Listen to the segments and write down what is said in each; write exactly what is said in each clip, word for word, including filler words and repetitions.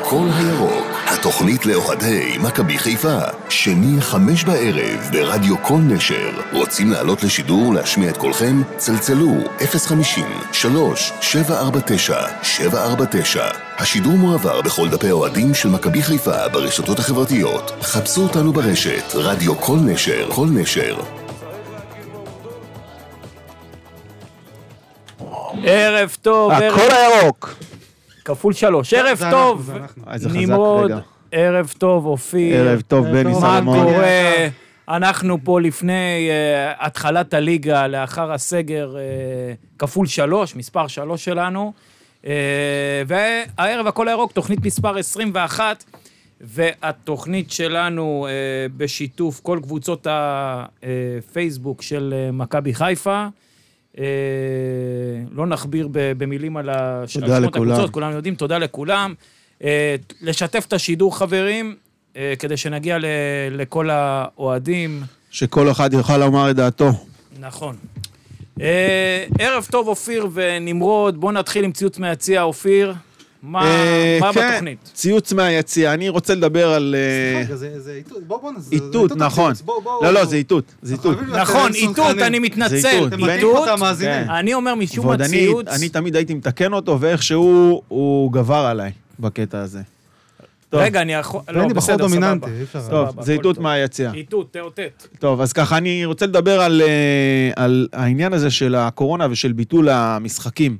הכל הירוק, התוכנית לאוהדי מכבי חיפה, שני חמש בערב ברדיו כל נשר. רוצים לעלות לשידור ולהשמיע את קולכם? צלצלו אפס חמישים שלוש שבע ארבע תשע שבע ארבע תשע. השידור מועבר בכל דפי האוהדים של מכבי חיפה ברשתות החברתיות. חפשו אותנו ברשת רדיו כל נשר. כל נשר. ערב טוב, הכל הירוק. כפול שלוש, ערב טוב, נמרוד, ערב טוב, אופיר, ערב טוב, בני סלמון. מה קורה? אנחנו פה לפני התחלת הליגה, לאחר הסגר, כפול שלוש, מספר שלוש שלנו, והערב הכל הירוק, תוכנית מספר עשרים ואחת, והתוכנית שלנו בשיתוף כל קבוצות הפייסבוק של מכבי חיפה, לא נכביר במילים על שמות הקבוצות, כולם יודעים, תודה לכולם. לשתף את השידור, חברים, כדי שנגיע לכל האוהדים. שכל אחד יוכל לומר את דעתו. נכון. ערב טוב, אופיר ונמרוד, בואו נתחיל עם ציוץ מהיציע, אופיר. מה בתוכנית? ציוץ מהיציע, אני רוצה לדבר על... סליחה, זה איתות, בוא בוא נעשה. איתות, נכון. לא, לא, זה איתות. נכון, איתות, אני מתנצל. איתות, אני אומר משום הציוץ. אני תמיד הייתי מתקן אותו, ואיכשהו הוא גבר עליי בקטע הזה. רגע, אני יכול... ואני בחור דומיננטי, אי אפשר. טוב, זה איתות מהיציע. איתות, תאותת. טוב, אז ככה, אני רוצה לדבר על העניין הזה של הקורונה ושל ביטול המשחקים.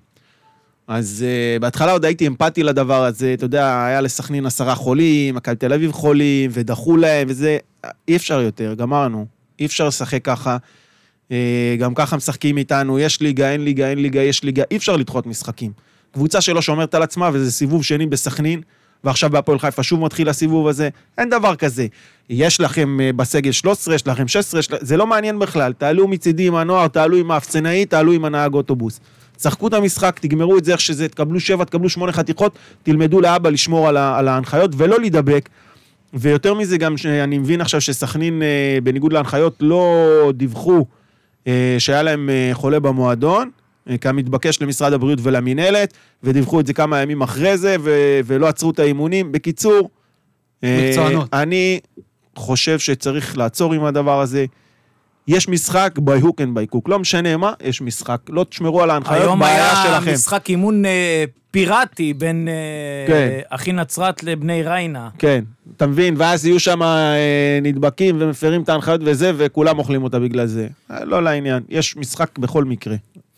אז uh, בהתחלה עוד הייתי אמפתי לדבר הזה, אתה יודע, היה לסכנין עשרה חולים, מכבי תל אביב חולים, ודחו להם, וזה, אי אפשר יותר, גמרנו, אי אפשר לשחק ככה, uh, גם ככה משחקים איתנו, יש ליגה, אין ליגה, אין ליגה, יש ליגה, אי אפשר לדחות משחקים. קבוצה שלא שומרת על עצמה, וזה סיבוב שני בסכנין, ועכשיו בהפועל חיפה שוב מתחיל הסיבוב הזה, אין דבר כזה. יש לכם uh, בסגל שלוש עשרה, יש לכם שש עשרה, יש... זה לא מעניין בכלל, תעלו מצידי עם הנוער, תעלו עם האפסנאי, תעלו עם הנהג אוטובוס. שחקו את המשחק, תגמרו את זה איך שזה, תקבלו שבע, תקבלו שמונה חתיכות, תלמדו לאבא לשמור על, ה, על ההנחיות ולא להידבק. ויותר מזה גם שאני מבין עכשיו שסכנין אה, בניגוד להנחיות לא דיווחו אה, שהיה להם אה, חולה במועדון, אה, כמתבקש למשרד הבריאות ולמנהלת, ודיווחו את זה כמה ימים אחרי זה ו, ולא עצרו את האימונים. בקיצור, אה, אני חושב שצריך לעצור עם הדבר הזה. יש משחק by hook and by cook, לא משנה מה, יש משחק, לא תשמרו על ההנחיות בעיה שלכם. היום היה משחק אימון אה, פיראטי בין אה, כן. אחי נצרת לבני ריינה. כן, אתה מבין, ואז יהיו שם אה, נדבקים ומפרים את ההנחיות וזה, וכולם אוכלים אותה בגלל זה. אה, לא לעניין, יש משחק בכל מקרה.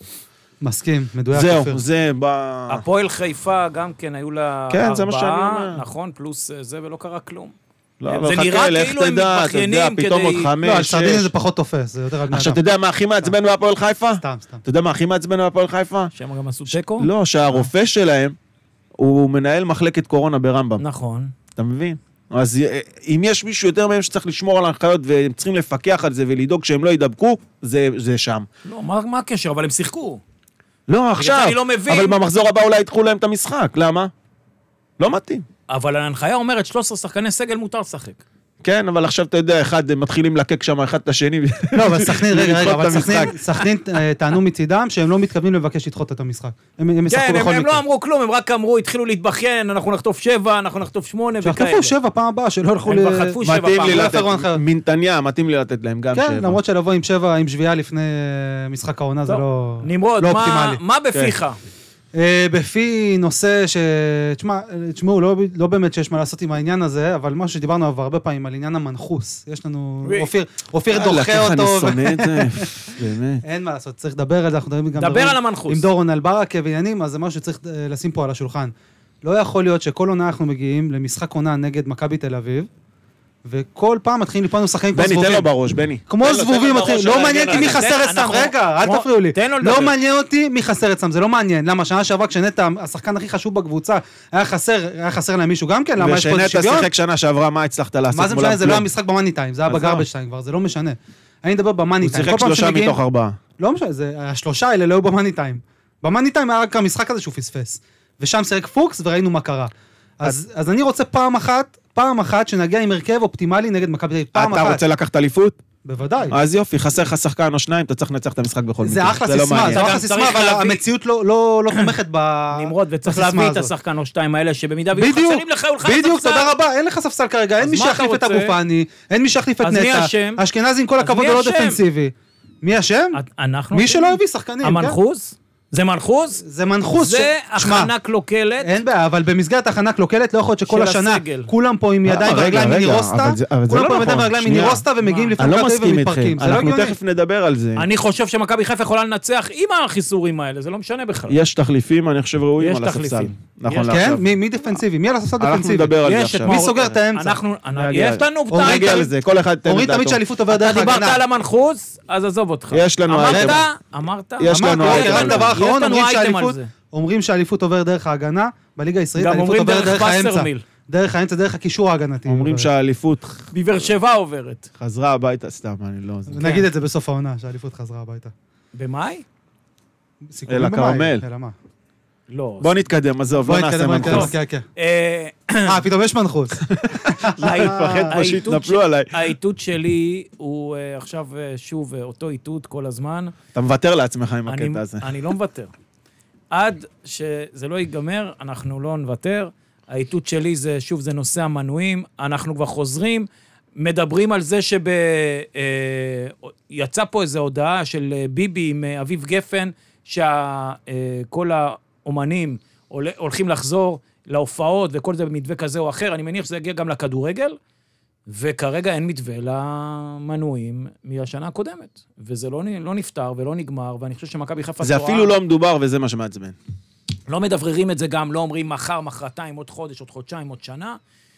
מסכים, מדויק. זהו, זה ב... הפועל חיפה גם כן, היו לה כן, ארבעה, זה מה שאני אומר. נכון, פלוס זה ולא קרה כלום. לא, זה נראה כאילו הם מתבחיינים כדי... פתאום עוד חמש, לא, על סרדין זה פחות תופס, זה יותר... עכשיו, אתה יודע מה הכי מעצבן בהפועל חיפה? סתם, סתם. אתה יודע מה הכי מעצבן בהפועל חיפה? שהם גם עשו תיקו? לא, שהרופא שלהם, הוא מנהל מחלקת קורונה ברמב"ם. נכון. אתה מבין? אז אם יש מישהו יותר מהם שצריך לשמור על ההנחיות, והם צריכים לפקח על זה ולדאוג שהם לא ידבקו, זה שם. לא, מה הקשר? אבל הם שיחקו. לא, עכשיו. אבל במחזור הבא אולי ידחו להם את המשחק. למה? לא מתאים. אבל ההנחיה אומרת שלוש עשרה שחקני סגל מותר לשחק. כן, אבל עכשיו אתה יודע, אחד, מתחילים לקק שם אחד את השני. לא, אבל סכנין, רגע, רגע, אבל סכנין טענו מצידם שהם לא מתכוונים לבקש לדחות את המשחק. כן, הם לא אמרו כלום, הם רק אמרו, התחילו להתבכיין, אנחנו נחטוף שבע, אנחנו נחטוף שמונה וכאלה. שחטפו שבע פעם הבאה, שלא הלכו ל... הם כבר חטפו שבע פעם. מנתניה, מתאים לי לתת להם גם שבע. כן, למרות שלבוא עם שבע, עם שביעה לפני משחק העונה, זה לא אופטימלי. נמרוד, מה בפיך? בפי נושא ש... תשמעו, לא, לא באמת שיש מה לעשות עם העניין הזה, אבל משהו שדיברנו עבר הרבה פעמים על עניין המנחוס. יש לנו... אופיר, אופיר דוחה אותו. אני שונא את זה, באמת. אין מה לעשות, צריך לדבר על זה, אנחנו מדברים גם... דבר על המנחוס. עם דורון על ברקה ועניינים, אז זה משהו שצריך לשים פה על השולחן. לא יכול להיות שכל עונה אנחנו מגיעים למשחק עונה נגד מכבי תל אביב, וכל פעם מתחילים לפעמים לשחקים כמו זבובים. בני, תן לו בראש, בני. כמו זבובים מתחילים. לא מעניין אותי מי חסר אצלם. רגע, אל תפריעו לי. לא מעניין אותי מי חסר אצלם, זה לא מעניין. למה? שנה שעברה כשנטע, השחקן הכי חשוב בקבוצה, היה חסר, היה חסר להם מישהו גם כן? למה יש פה שוויון? ושנטע שיחק שנה שעברה, מה הצלחת לעשות? מה זה משנה? זה לא היה משחק במאני טיים, זה היה בגרבג' טיים כבר, זה לא משנה. אני מדבר במאני טיים. הוא שיחק שלושה מתוך ארבעה. לא משנה, השלושה האלה לא היו במאני טיים. במאני טיים היה רק המשחק הזה שהוא פספס. ושם שיחק פוקס וראינו מה קרה. אז, אז אני רוצה פעם אחת, פעם אחת שנגיע עם הרכב אופטימלי נגד מכבי תל אביב. פעם אתה אחת. רוצה לקחת אליפות? בוודאי. אז יופי, חסר לך שחקן או שניים, אתה צריך לנצח את המשחק בכל מקרה. זה אחלה סיסמה, זה אחלה סיסמה, אבל המציאות לא תומכת ב... נמרוד, וצריך להביא את השחקן או שתיים האלה, שבמידה ויהיו חסרים לך, הוא לך ספסל. בדיוק, תודה רבה, אין לך ספסל כרגע, אין מי שיחליף את אבו פאני, אין מי שיחליף את נטע. אשכנזי עם כל הכבוד הוא לא דפנסיבי. מי השם? מי שלא הביא שחקנים, המנחוס? זה מנחוס? זה מנחוס. זה הכנה קלוקלת. אין בעיה, אבל במסגרת הכנה קלוקלת לא יכול להיות שכל השנה כולם פה עם ידיים ורגליים מנירוסטה, כולם פה עם ידיים ורגליים מנירוסטה ומגיעים לפני קרטוי ומתפרקים. אנחנו תכף נדבר על זה. אני חושב שמכבי חיפה יכולה לנצח עם החיסורים האלה, זה לא משנה בכלל. יש תחליפים, אני חושב ראויים על הספסל. כן? מי דפנסיבי? מי על הספסל דפנסיבי? אנחנו נדבר על זה עכשיו. מי סוגר את האמצע? יש לנו... אורית תמיד שהאליפות עובר דרך ההגנה. דיברת על המנחוס, אז עזוב אותך. יש לנו... אמרת? יש לנו... אומרים שהאליפות עובר דרך ההגנה, בליגה הישראלית האליפות עובר דרך האמצע. דרך האמצע, דרך הקישור ההגנתי. אומרים שהאליפות... בבאר שבע עוברת. חזרה הביתה, סתם, אני לא... נגיד את זה בסוף העונה, שהאליפות חזרה הביתה. במאי? אל הקרמל. אלא מה? לא. בוא נתקדם, עזוב, לא נעשה מנחוס. אה, פתאום יש מנחוס. פחד פשוט נפלו עליי. האיתות שלי הוא עכשיו שוב אותו איתות כל הזמן. אתה מוותר לעצמך עם הקטע הזה. אני לא מוותר. עד שזה לא ייגמר, אנחנו לא נוותר. האיתות שלי זה, שוב, זה נושא המנויים. אנחנו כבר חוזרים, מדברים על זה שיצא פה איזו הודעה של ביבי עם אביב גפן, שכל האומנים הולכים לחזור להופעות, וכל זה במתווה כזה או אחר. אני מניח שזה יגיע גם לכדורגל, וכרגע אין מתווה למנויים מהשנה הקודמת. וזה לא, לא נפטר ולא נגמר, ואני חושב שמכבי חיפה... זה אפילו לא מדובר, וזה מה שמעצבן. לא מדבררים את זה גם, לא אומרים מחר, מחרתיים, עוד חודש, עוד חודשיים, עוד שנה,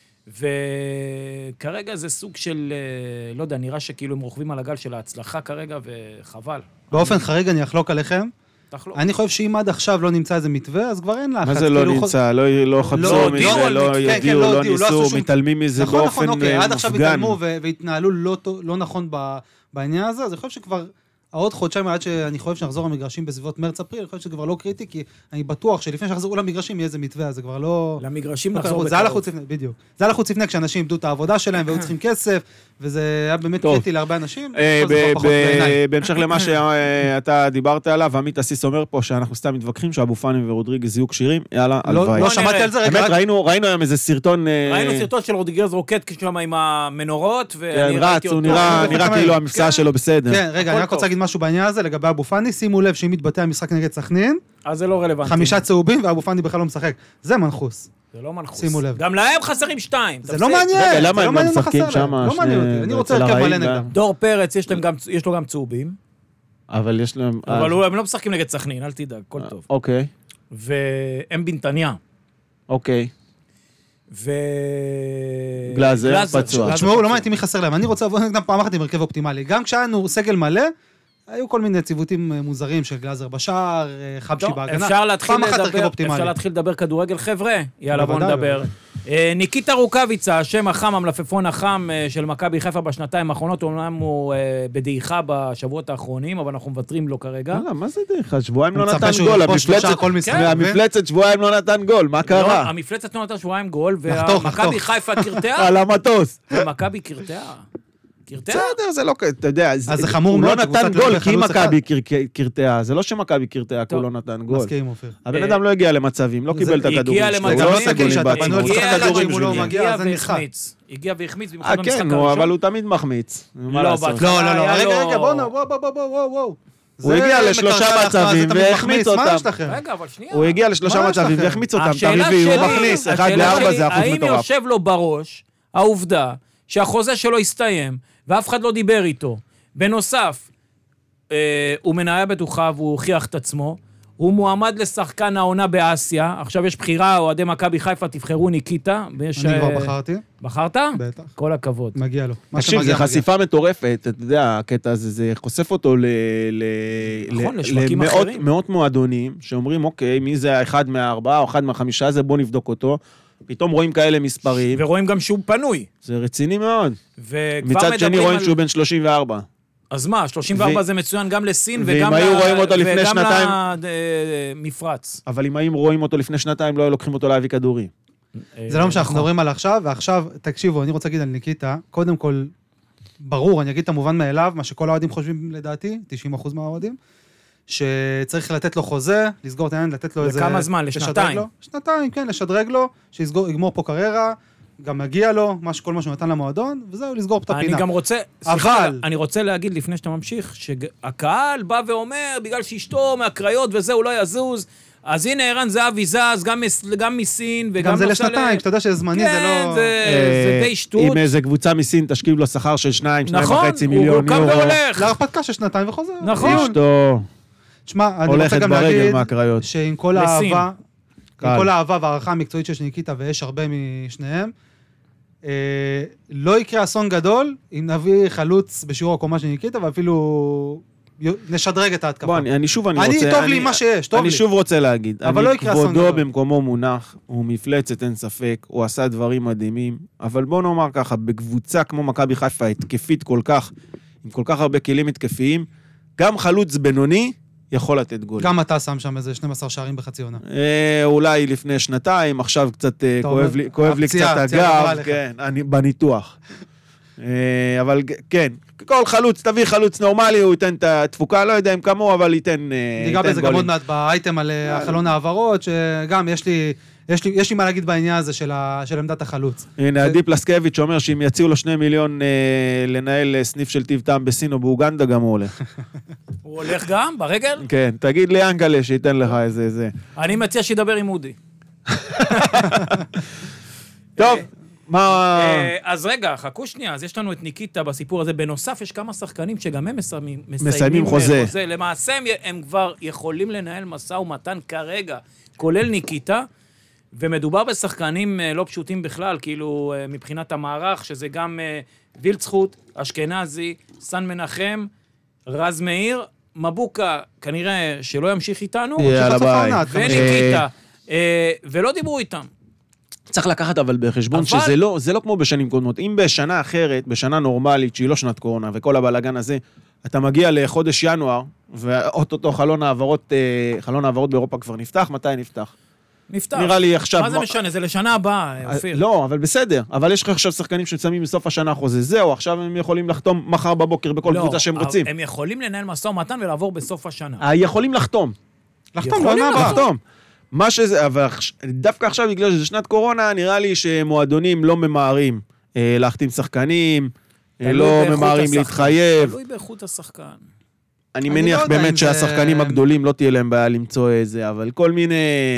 וכרגע זה סוג של, לא יודע, נראה שכאילו הם רוכבים על הגל של ההצלחה כרגע, וחבל. באופן חריג אני אחלוק עליכם. אני חושב שאם עד עכשיו לא נמצא איזה מתווה, אז כבר אין לחץ. מה זה לא נמצא? לא חפשו מזה, לא יודיעו, לא ניסו, מתעלמים מזה באופן מופגן. עד עכשיו התעלמו והתנהלו לא נכון בעניין הזה, אז אני חושב שכבר... עוד חודשיים עד שאני חושב שנחזור למגרשים בסביבות מרץ-אפריל, אני חושב שזה כבר לא קריטי, כי אני בטוח שלפני שנחזרו למגרשים יהיה איזה מתווה, אז זה כבר לא... למגרשים נחזור בקרוב. זה היה לחוץ לפני, בדיוק. זה היה לחוץ לפני כשאנשים איבדו את העבודה שלהם והיו צריכים כסף, וזה היה באמת קריטי להרבה אנשים. בהמשך למה שאתה דיברת עליו, עמית אסיס אומר פה שאנחנו סתם מתווכחים שאבו פאני ורודריגז יהיו כשירים, יאללה, הלוואי. לא שמעתי על זה, רגע. ראינו היום איזה סרטון... ראינו סרטון של רודריגז רוקד כשם עם המנורות, ואני ראיתי אותו. נראה כאילו המבצע שלו בסדר. כן, רגע, אני רק רוצה להגיד משהו בעניין הזה, לגבי אבו פאני, שימו לב שאם מתבטא המשחק נגד סכנין, אז זה לא רלוונטי. חמישה צהובים ואבו פאני בכלל לא משחק. זה מנחוס. זה לא מנחוס. שימו לב. גם להם חסרים שתיים. זה לא מעניין. למה הם משחקים שם? לא מעניין אותי. אני רוצה להרכב מלא נגדם. דור פרץ, יש לו גם צהובים. אבל יש להם... אבל הם לא משחקים נגד סכנין, אל תדאג, הכל טוב. אוקיי. והם בנתניה. אוקיי. ו... גלאזר, פצוע. תשמעו, לא מעניין מי חסר להם. אני רוצה לבוא נגדם פעם אחת עם הרכב אופטימלי. גם כשהיינו סגל מלא, היו כל מיני ציוותים מוזרים של גלאזר בשער, חבשי בהגנה. אפשר להתחיל לדבר כדורגל, חבר'ה? יאללה, בוא נדבר. ניקיטה רוקאביצה, השם החם, המלפפון החם של מכבי חיפה בשנתיים האחרונות, אומנם הוא בדעיכה בשבועות האחרונים, אבל אנחנו מוותרים לו כרגע. יאללה, מה זה דעיכה? שבועיים לא נתן גול. המפלצת שבועיים לא נתן גול, מה קרה? המפלצת לא נתן שבועיים גול, ומכבי חיפה קרטעה. על המטוס. ומכבי קרטעה. בסדר, זה לא, אתה יודע, אז זה חמור מאוד, הוא לא נתן גול, כי מכבי קרטעה, זה לא שמכבי קרטעה, כי הוא לא נתן גול. מסכים, אופיר. הבן אדם לא הגיע למצבים, לא קיבל את הכדורים שלו, הוא לא עושה גולים בעצמו. הגיע והחמיץ. הגיע והחמיץ, במיוחד במשחק הראשון. כן, אבל הוא תמיד מחמיץ. לא, לא, לא, רגע, רגע, בוא, בוא, בוא, בוא, בוא, בוא. הוא הגיע לשלושה מצבים והחמיץ אותם. רגע, אבל שנייה. הוא הגיע לשלושה מצבים והחמיץ אותם. תריבי, הוא מכניס, אחד לארבע זה אחוז מטורף. האם יושב לו בראש העובדה שהחוזה שלו הסתיים, ואף אחד לא דיבר איתו. בנוסף, אה, הוא מנהל בטוחה, והוא הוכיח את עצמו, הוא מועמד לשחקן העונה באסיה, עכשיו יש בחירה, אוהדי מכבי חיפה, תבחרו ניקיטה. ויש, אני כבר אה, בחרתי. בחרת? בטח. כל הכבוד. מגיע לו. תקשיב, זה חשיפה מטורפת, אתה יודע, הקטע הזה, זה חושף אותו ל... נכון, לשווקים אחרים. למאות מועדונים, שאומרים, אוקיי, מי זה האחד מהארבעה, או אחד מהחמישה הזה, בוא נבדוק אותו. פתאום רואים כאלה מספרים. ורואים גם שהוא פנוי. זה רציני מאוד. מצד שני רואים שהוא בן שלושים וארבע. אז מה, שלושים וארבע זה מצוין גם לסין וגם למפרץ. אבל אם היו רואים אותו לפני שנתיים, לא היו לוקחים אותו להביא כדורים. זה לא מה שאנחנו מדברים על עכשיו, ועכשיו, תקשיבו, אני רוצה להגיד על ניקיטה, קודם כל, ברור, אני אגיד את המובן מאליו, מה שכל האוהדים חושבים לדעתי, תשעים אחוז מהאוהדים, שצריך לתת לו חוזה, לסגור את העניין, לתת לו איזה... וכמה זמן? לשנתיים? שנתיים, כן, לשדרג לו, שיגמור פה קריירה, גם מגיע לו, כל מה שהוא נתן למועדון, וזהו, לסגור את הפינה. אני גם רוצה, אבל... סליחה, אני רוצה להגיד לפני שאתה ממשיך, שהקהל בא ואומר, בגלל שאשתו מהקריות וזה, הוא לא יזוז, אז הנה ערן זהבי זז, גם, גם מסין וגם... גם זה לשנתיים, שאתה יודע שזמני זה לא... כן, זה די שטות. אם איזה קבוצה מסין תשקיב לו שכר של שניים, שניים וחצי מיליון יורו. נכון, הוא קם והולך. להרפתקה של שנתיים וחוזר. נכון. אשתו תשמע, אני רוצה גם להגיד שעם כל האהבה, עם כל האהבה והערכה המקצועית שיש ניקיטה, ויש הרבה משניהם, לא יקרה אסון גדול אם נביא חלוץ בשיעור הקומה של ניקיטה, ואפילו נשדרג את ההתקפה. בוא, אני שוב אני אני, רוצה... טוב לי מה שיש, טוב לי. אני שוב רוצה להגיד. אבל לא יקרה אסון גדול. כבודו במקומו מונח, הוא מפלצת, אין ספק, הוא עשה דברים מדהימים, אבל בוא נאמר ככה, בקבוצה כמו מכבי חיפה, התקפית כל כך, עם כל כך הרבה כלים התקפיים, גם חלוץ בינוני יכול לתת גול. גם אתה שם שם איזה שנים עשר שערים בחצי עונה. אולי לפני שנתיים, עכשיו קצת כואב לי קצת הגב, כן, אני בניתוח. אבל כן, כל חלוץ, תביא חלוץ נורמלי, הוא ייתן את התפוקה, לא יודע אם כמוהו, אבל ייתן גולים. ניגע בזה גם עוד מעט באייטם על החלון העברות, שגם יש לי... יש לי, יש לי מה להגיד בעניין הזה של, ה, של עמדת החלוץ. הנה, עדי פלסקביץ' אומר שאם יציעו לו שני מיליון אה, לנהל סניף של טיב טעם בסין או באוגנדה, גם הוא הולך. הוא הולך גם? ברגל? כן, תגיד לי אנגלה שייתן לך איזה זה. אני מציע שידבר עם אודי. טוב, מה... אז רגע, חכו שנייה, אז יש לנו את ניקיטה בסיפור הזה. בנוסף, יש כמה שחקנים שגם הם מסיימים, מסיימים חוזה. חוזה. למעשה הם, הם כבר יכולים לנהל מסע ומתן כרגע, כולל ניקיטה, ומדובר בשחקנים לא פשוטים בכלל, כאילו מבחינת המערך, שזה גם וילצחוט, אשכנזי, סן מנחם, רז מאיר, מבוקה, כנראה שלא ימשיך איתנו, וניקיטה, ולא דיברו איתם. צריך לקחת אבל בחשבון אבל... שזה לא, זה לא כמו בשנים קודמות. אם בשנה אחרת, בשנה נורמלית, שהיא לא שנת קורונה, וכל הבלגן הזה, אתה מגיע לחודש ינואר, ואוטוטו חלון העברות, חלון העברות באירופה כבר נפתח, מתי נפתח? נפתח. נראה לי עכשיו... מה זה משנה? זה לשנה הבאה, אופיר. לא, אבל בסדר. אבל יש לך עכשיו שחקנים ששמים בסוף השנה חוזה. זהו, עכשיו הם יכולים לחתום מחר בבוקר בכל קבוצה שהם רוצים. הם יכולים לנהל משא ומתן ולעבור בסוף השנה. יכולים לחתום. לחתום, לא לחתום. מה שזה, אבל דווקא עכשיו, בגלל שזה שנת קורונה, נראה לי שמועדונים לא ממהרים להחתים שחקנים, לא ממהרים להתחייב. תלוי באיכות השחקן. אני מניח באמת שהשחקנים הגדולים לא תהיה להם בעיה למצוא איזה, אבל כל מיני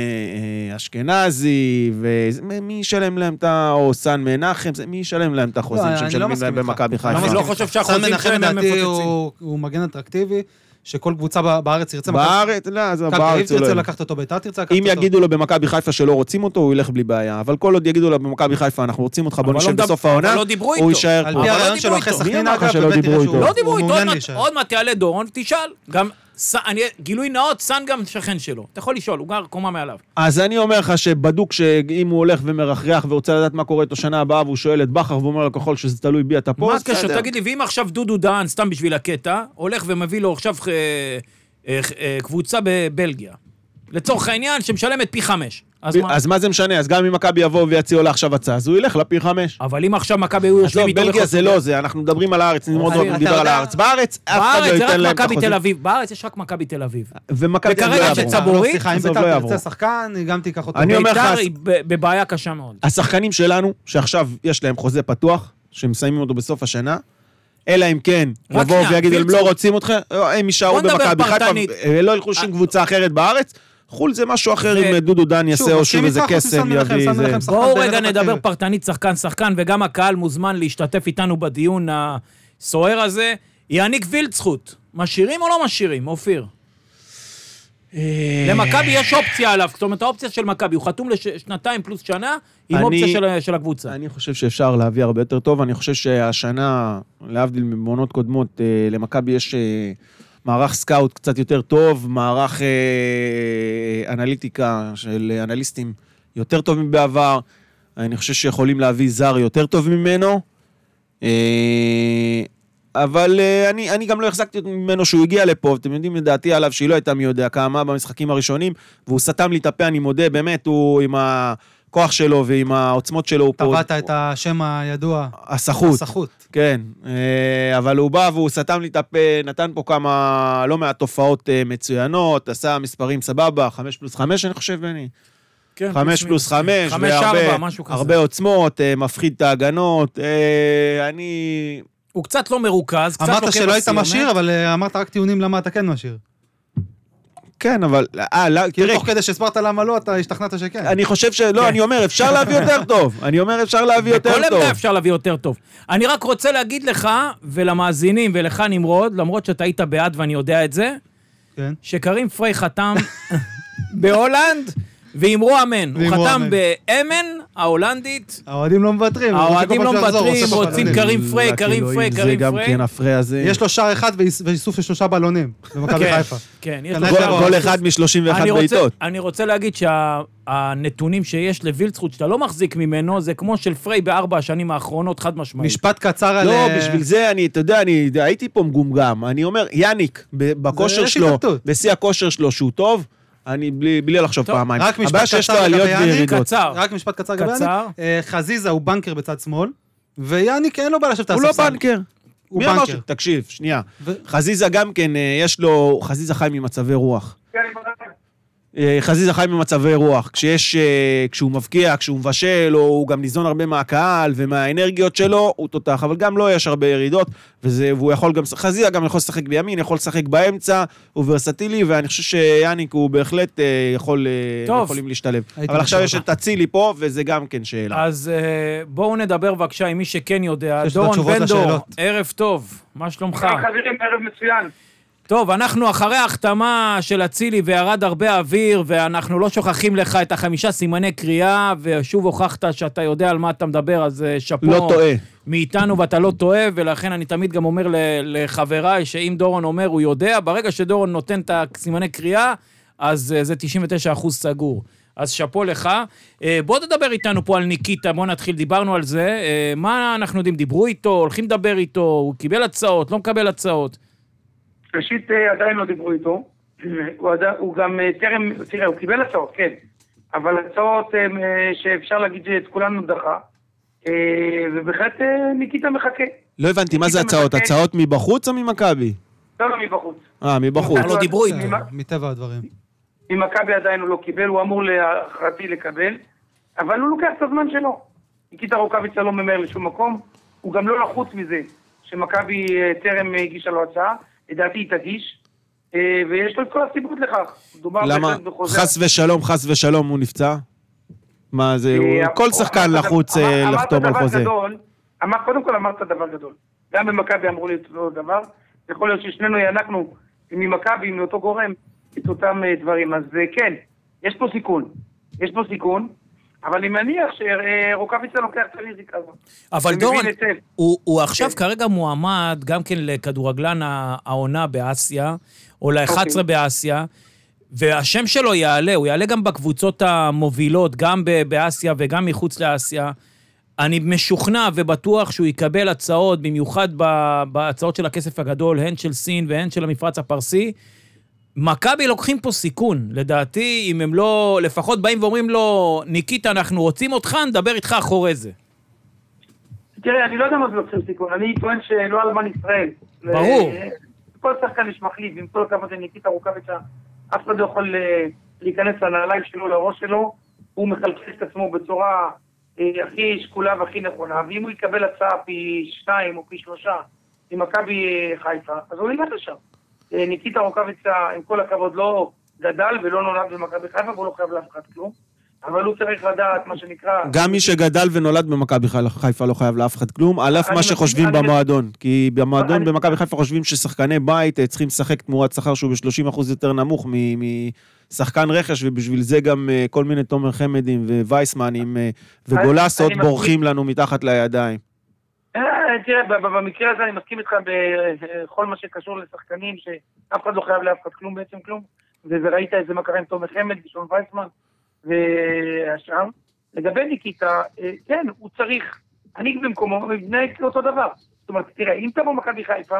אשכנזי, ומי ישלם להם את האוסן מנחם, מי ישלם להם את החוזים שמשלמים להם במכבי חיפה. אני לא חושב שהחוזים שלהם הם מפוצצים. הוא מגן אטרקטיבי, שכל קבוצה בארץ ירצה... בארץ, לא, זה בארץ הוא לא... תרצה לקחת אותו, ביתר תרצה לקחת אותו. אם יגידו לו במכבי חיפה שלא רוצים אותו, הוא ילך בלי בעיה. אבל כל עוד יגידו לו במכבי חיפה, אנחנו רוצים אותך, בוא נשב בסוף העונה, הוא יישאר פה. על פי הרעיון שלו אחרי סכנין, אגב, שלא דיברו איתו. לא דיברו איתו, עוד מעט יעלה דורון, תשאל. גם, גילוי נאות, סן גם שכן שלו. אתה יכול לשאול, הוא גר קומה מעליו. אז אני אומר לך שבדוק שאם הוא הולך ומרחרח ורוצה לדעת מה קורה איתו שנה הבאה, והוא שואל את בחר ואומר לו ככל שזה תלוי בי אתה פה. מה הקשר? תגיד לי, ואם עכשיו דודו דהן, סתם בשביל הקטע, הולך ומביא לו עכשיו קבוצה בבלגיה. לצורך העניין שמשלמת פי חמש. אז מה? אז מה זה משנה? אז גם אם מכבי יבוא ויציעו לה עכשיו הצעה, אז הוא ילך לפי חמש. אבל אם עכשיו מכבי הוא יושבים איתו... בלגיה זה לא זה, אנחנו מדברים על הארץ, נמרוד רוב נדיבר על הארץ. בארץ, אף אחד לא ייתן להם את החוזים. בארץ יש רק מכבי תל אביב. ומכבי תל אביב. וכרגע שצבורית... סליחה, אם ביתר תרצה שחקן, גם תיקח אותו. ביתר היא בבעיה קשה מאוד. השחקנים שלנו, שעכשיו יש להם חוזה פתוח, שמסיימים אותו בסוף השנה, אלא אם כן, יבואו ויגידו, הם לא רוצים אותך, הם יישארו במכבי חיפה, לא ילכו שום קבוצה אחרת בארץ, חול זה משהו אחר אם דודו דן יעשה או שוב איזה קסם יביא איזה... בואו רגע נדבר פרטנית שחקן שחקן, וגם הקהל מוזמן להשתתף איתנו בדיון הסוער הזה. יעניק וילצחוט, משאירים או לא משאירים, אופיר? למכבי יש אופציה עליו, זאת אומרת האופציה של מכבי, הוא חתום לשנתיים פלוס שנה, עם אופציה של הקבוצה. אני חושב שאפשר להביא הרבה יותר טוב, אני חושב שהשנה, להבדיל ממעונות קודמות, למכבי יש מערך סקאוט קצת יותר טוב, מערך אנליטיקה של אנליסטים יותר טוב מבעבר, אני חושב שיכולים להביא זר יותר טוב ממנו, אבל אני, אני גם לא החזקתי ממנו שהוא הגיע לפה, ואתם יודעים לדעתי עליו שהיא לא הייתה מי יודע כמה במשחקים הראשונים, והוא סתם לי את הפה, אני מודה, באמת, הוא עם הכוח שלו ועם העוצמות שלו, הוא פה... טבעת את השם הידוע. הסחות. הסחות. כן, אבל הוא בא והוא סתם לי את הפה, נתן פה כמה, לא מעט תופעות מצוינות, עשה מספרים סבבה, חמש פלוס חמש אני חושב, בני. כן, חמש פלוס חמש, חמש ארבע, משהו כזה. הרבה עוצמות, מפחיד את ההגנות, אני... הוא קצת לא מרוכז, קצת אמרת שלא היית משאיר, אבל אמרת רק טיעונים למה אתה כן משאיר. כן, אבל... אה, לא, תראה. תוך כדי שהסברת למה לא, אתה השתכנעת שכן. אני חושב שלא, אני אומר, אפשר להביא יותר טוב. אני אומר, אפשר להביא יותר טוב. בכל עמדה אפשר להביא יותר טוב. אני רק רוצה להגיד לך, ולמאזינים, ולך נמרוד, למרות שאתה היית בעד ואני יודע את זה, שקרים פריי חתם בהולנד, ואמרו אמן. הוא חתם באמן, ההולנדית. האוהדים לא מבטרים. האוהדים לא מבטרים, רוצים קרים פריי, קרים פריי, קרים פריי. יש לו שער אחד ואיסוף של שלושה בלונים. במכבי חיפה. כן, כל אחד מ-שלושים ואחת בעיטות. אני רוצה להגיד שהנתונים שיש לווילצחוט, שאתה לא מחזיק ממנו, זה כמו של פריי בארבע השנים האחרונות, חד משמעית. משפט קצר על... לא, בשביל זה אני, אתה יודע, אני הייתי פה מגומגם. אני אומר, יניק, בכושר שלו, בשיא הכושר שלו, שהוא טוב, אני בלי, בלי לחשוב פעמיים. רק משפט קצר לגבי יניק, קצר. רק משפט קצר לגבי יניק. חזיזה הוא בנקר בצד שמאל, ויניק אין לו בעיה לשבת הוא לא בנקר. הוא בנקר. תקשיב, שנייה. חזיזה גם כן, יש לו, חזיזה חי ממצבי רוח. חזיזה חי ממצבי רוח. כשיש, כשהוא מבקיע, כשהוא מבשל, הוא גם ניזון הרבה מהקהל ומהאנרגיות שלו, הוא תותח, אבל גם לא יש הרבה ירידות, והוא יכול גם, חזיזה גם יכול לשחק בימין, יכול לשחק באמצע, הוא ורסטילי, ואני חושב שיאניק הוא בהחלט יכול, יכולים להשתלב. אבל עכשיו יש את הצילי פה, וזה גם כן שאלה. אז בואו נדבר בבקשה עם מי שכן יודע. דורון בנדור, ערב טוב, מה שלומך? חברים, ערב מצוין. טוב, אנחנו אחרי ההחתמה של הצילי וירד הרבה אוויר, ואנחנו לא שוכחים לך את החמישה סימני קריאה, ושוב הוכחת שאתה יודע על מה אתה מדבר, אז שפו לא טועה. מאיתנו ואתה לא טועה, ולכן אני תמיד גם אומר לחבריי, שאם דורון אומר הוא יודע, ברגע שדורון נותן את הסימני קריאה, אז זה תשעים ותשעה אחוז סגור. אז שפו לך. בוא תדבר איתנו פה על ניקיטה, בוא נתחיל, דיברנו על זה. מה אנחנו יודעים? דיברו איתו, הולכים לדבר איתו, הוא קיבל הצעות, לא מקבל הצעות. ראשית, עדיין לא דיברו איתו, הוא, עד... הוא גם טרם, תראה, הוא קיבל הצעות, כן, אבל הצעות שאפשר להגיד שאת כולנו דחה, ובהחלט ניקיטה מחכה. לא הבנתי, מה זה הצעות? מחכה... הצעות מבחוץ או ממכבי? לא, לא מבחוץ. אה, מבחוץ. לא דיברו איתו. מטבע הדברים. ממכבי עדיין הוא לא קיבל, הוא אמור להכרתי לקבל, אבל הוא לוקח את הזמן שלו. ניקיטה רוקאביצה לא ממהר לשום מקום, הוא גם לא לחוץ מזה, שמכבי טרם הגישה לו הצעה, לדעתי היא תגיש, ויש לו את כל הסיבות לכך. למה? חס ושלום, חס ושלום הוא נפצע? מה זה? כל שחקן לחוץ לחתום על חוזה. קודם כל אמרת דבר גדול. גם במכבי אמרו לי אותו דבר. יכול להיות ששנינו ינקנו ממכבי, מאותו גורם, את אותם דברים. אז כן, יש פה סיכון. יש פה סיכון. אבל אני מניח שרוקאביצה לוקח את הריזיקה הזאת. אבל דורון, הוא, הוא עכשיו כן. כרגע מועמד גם כן לכדורגלן העונה באסיה, או ל-אחת עשרה okay. באסיה, והשם שלו יעלה, הוא יעלה גם בקבוצות המובילות, גם באסיה וגם מחוץ לאסיה. אני משוכנע ובטוח שהוא יקבל הצעות, במיוחד בהצעות של הכסף הגדול, הן של סין והן של המפרץ הפרסי, מכבי לוקחים פה סיכון, לדעתי, אם הם לא, לפחות באים ואומרים לו, ניקיטה, אנחנו רוצים אותך, נדבר איתך אחורי זה. תראה, אני לא יודע מה זה לוקחים סיכון, אני טוען שלא אלמן ישראל. ברור. כל שחקן יש מחליף, עם כל הכבוד לניקיטה רוקאביצה, אף אחד לא יכול להיכנס לנעליים שלו, לראש שלו, הוא מחלקל את עצמו בצורה הכי שקולה והכי נכונה, ואם הוא יקבל הצעה פי שתיים או פי שלושה, עם מכבי חיפה, אז הוא ילך לשם. ניקיטה רוקאביצה, עם כל הכבוד, לא גדל ולא נולד במכבי חיפה, והוא לא חייב לאף אחד כלום. אבל הוא צריך לדעת מה שנקרא... גם מי שגדל ונולד במכבי חיפה לא חייב לאף אחד כלום, על אף מה שחושבים במועדון. כי במועדון במכבי חיפה חושבים ששחקני בית צריכים לשחק תמורת שכר שהוא ב-שלושים אחוז יותר נמוך משחקן רכש, ובשביל זה גם כל מיני תומר חמדים ווייסמנים וגולסות בורחים לנו מתחת לידיים. תראה, במקרה הזה אני מסכים איתך בכל מה שקשור לשחקנים, שאף אחד לא חייב לאף אחד כלום בעצם כלום, וראית איזה מה קרה עם תומר חמד ושון וייסמן והשאר. לגבי ניקיטה, כן, הוא צריך, אני במקומו, מבנה אותו דבר. זאת אומרת, תראה, אם תבוא מכבי חיפה,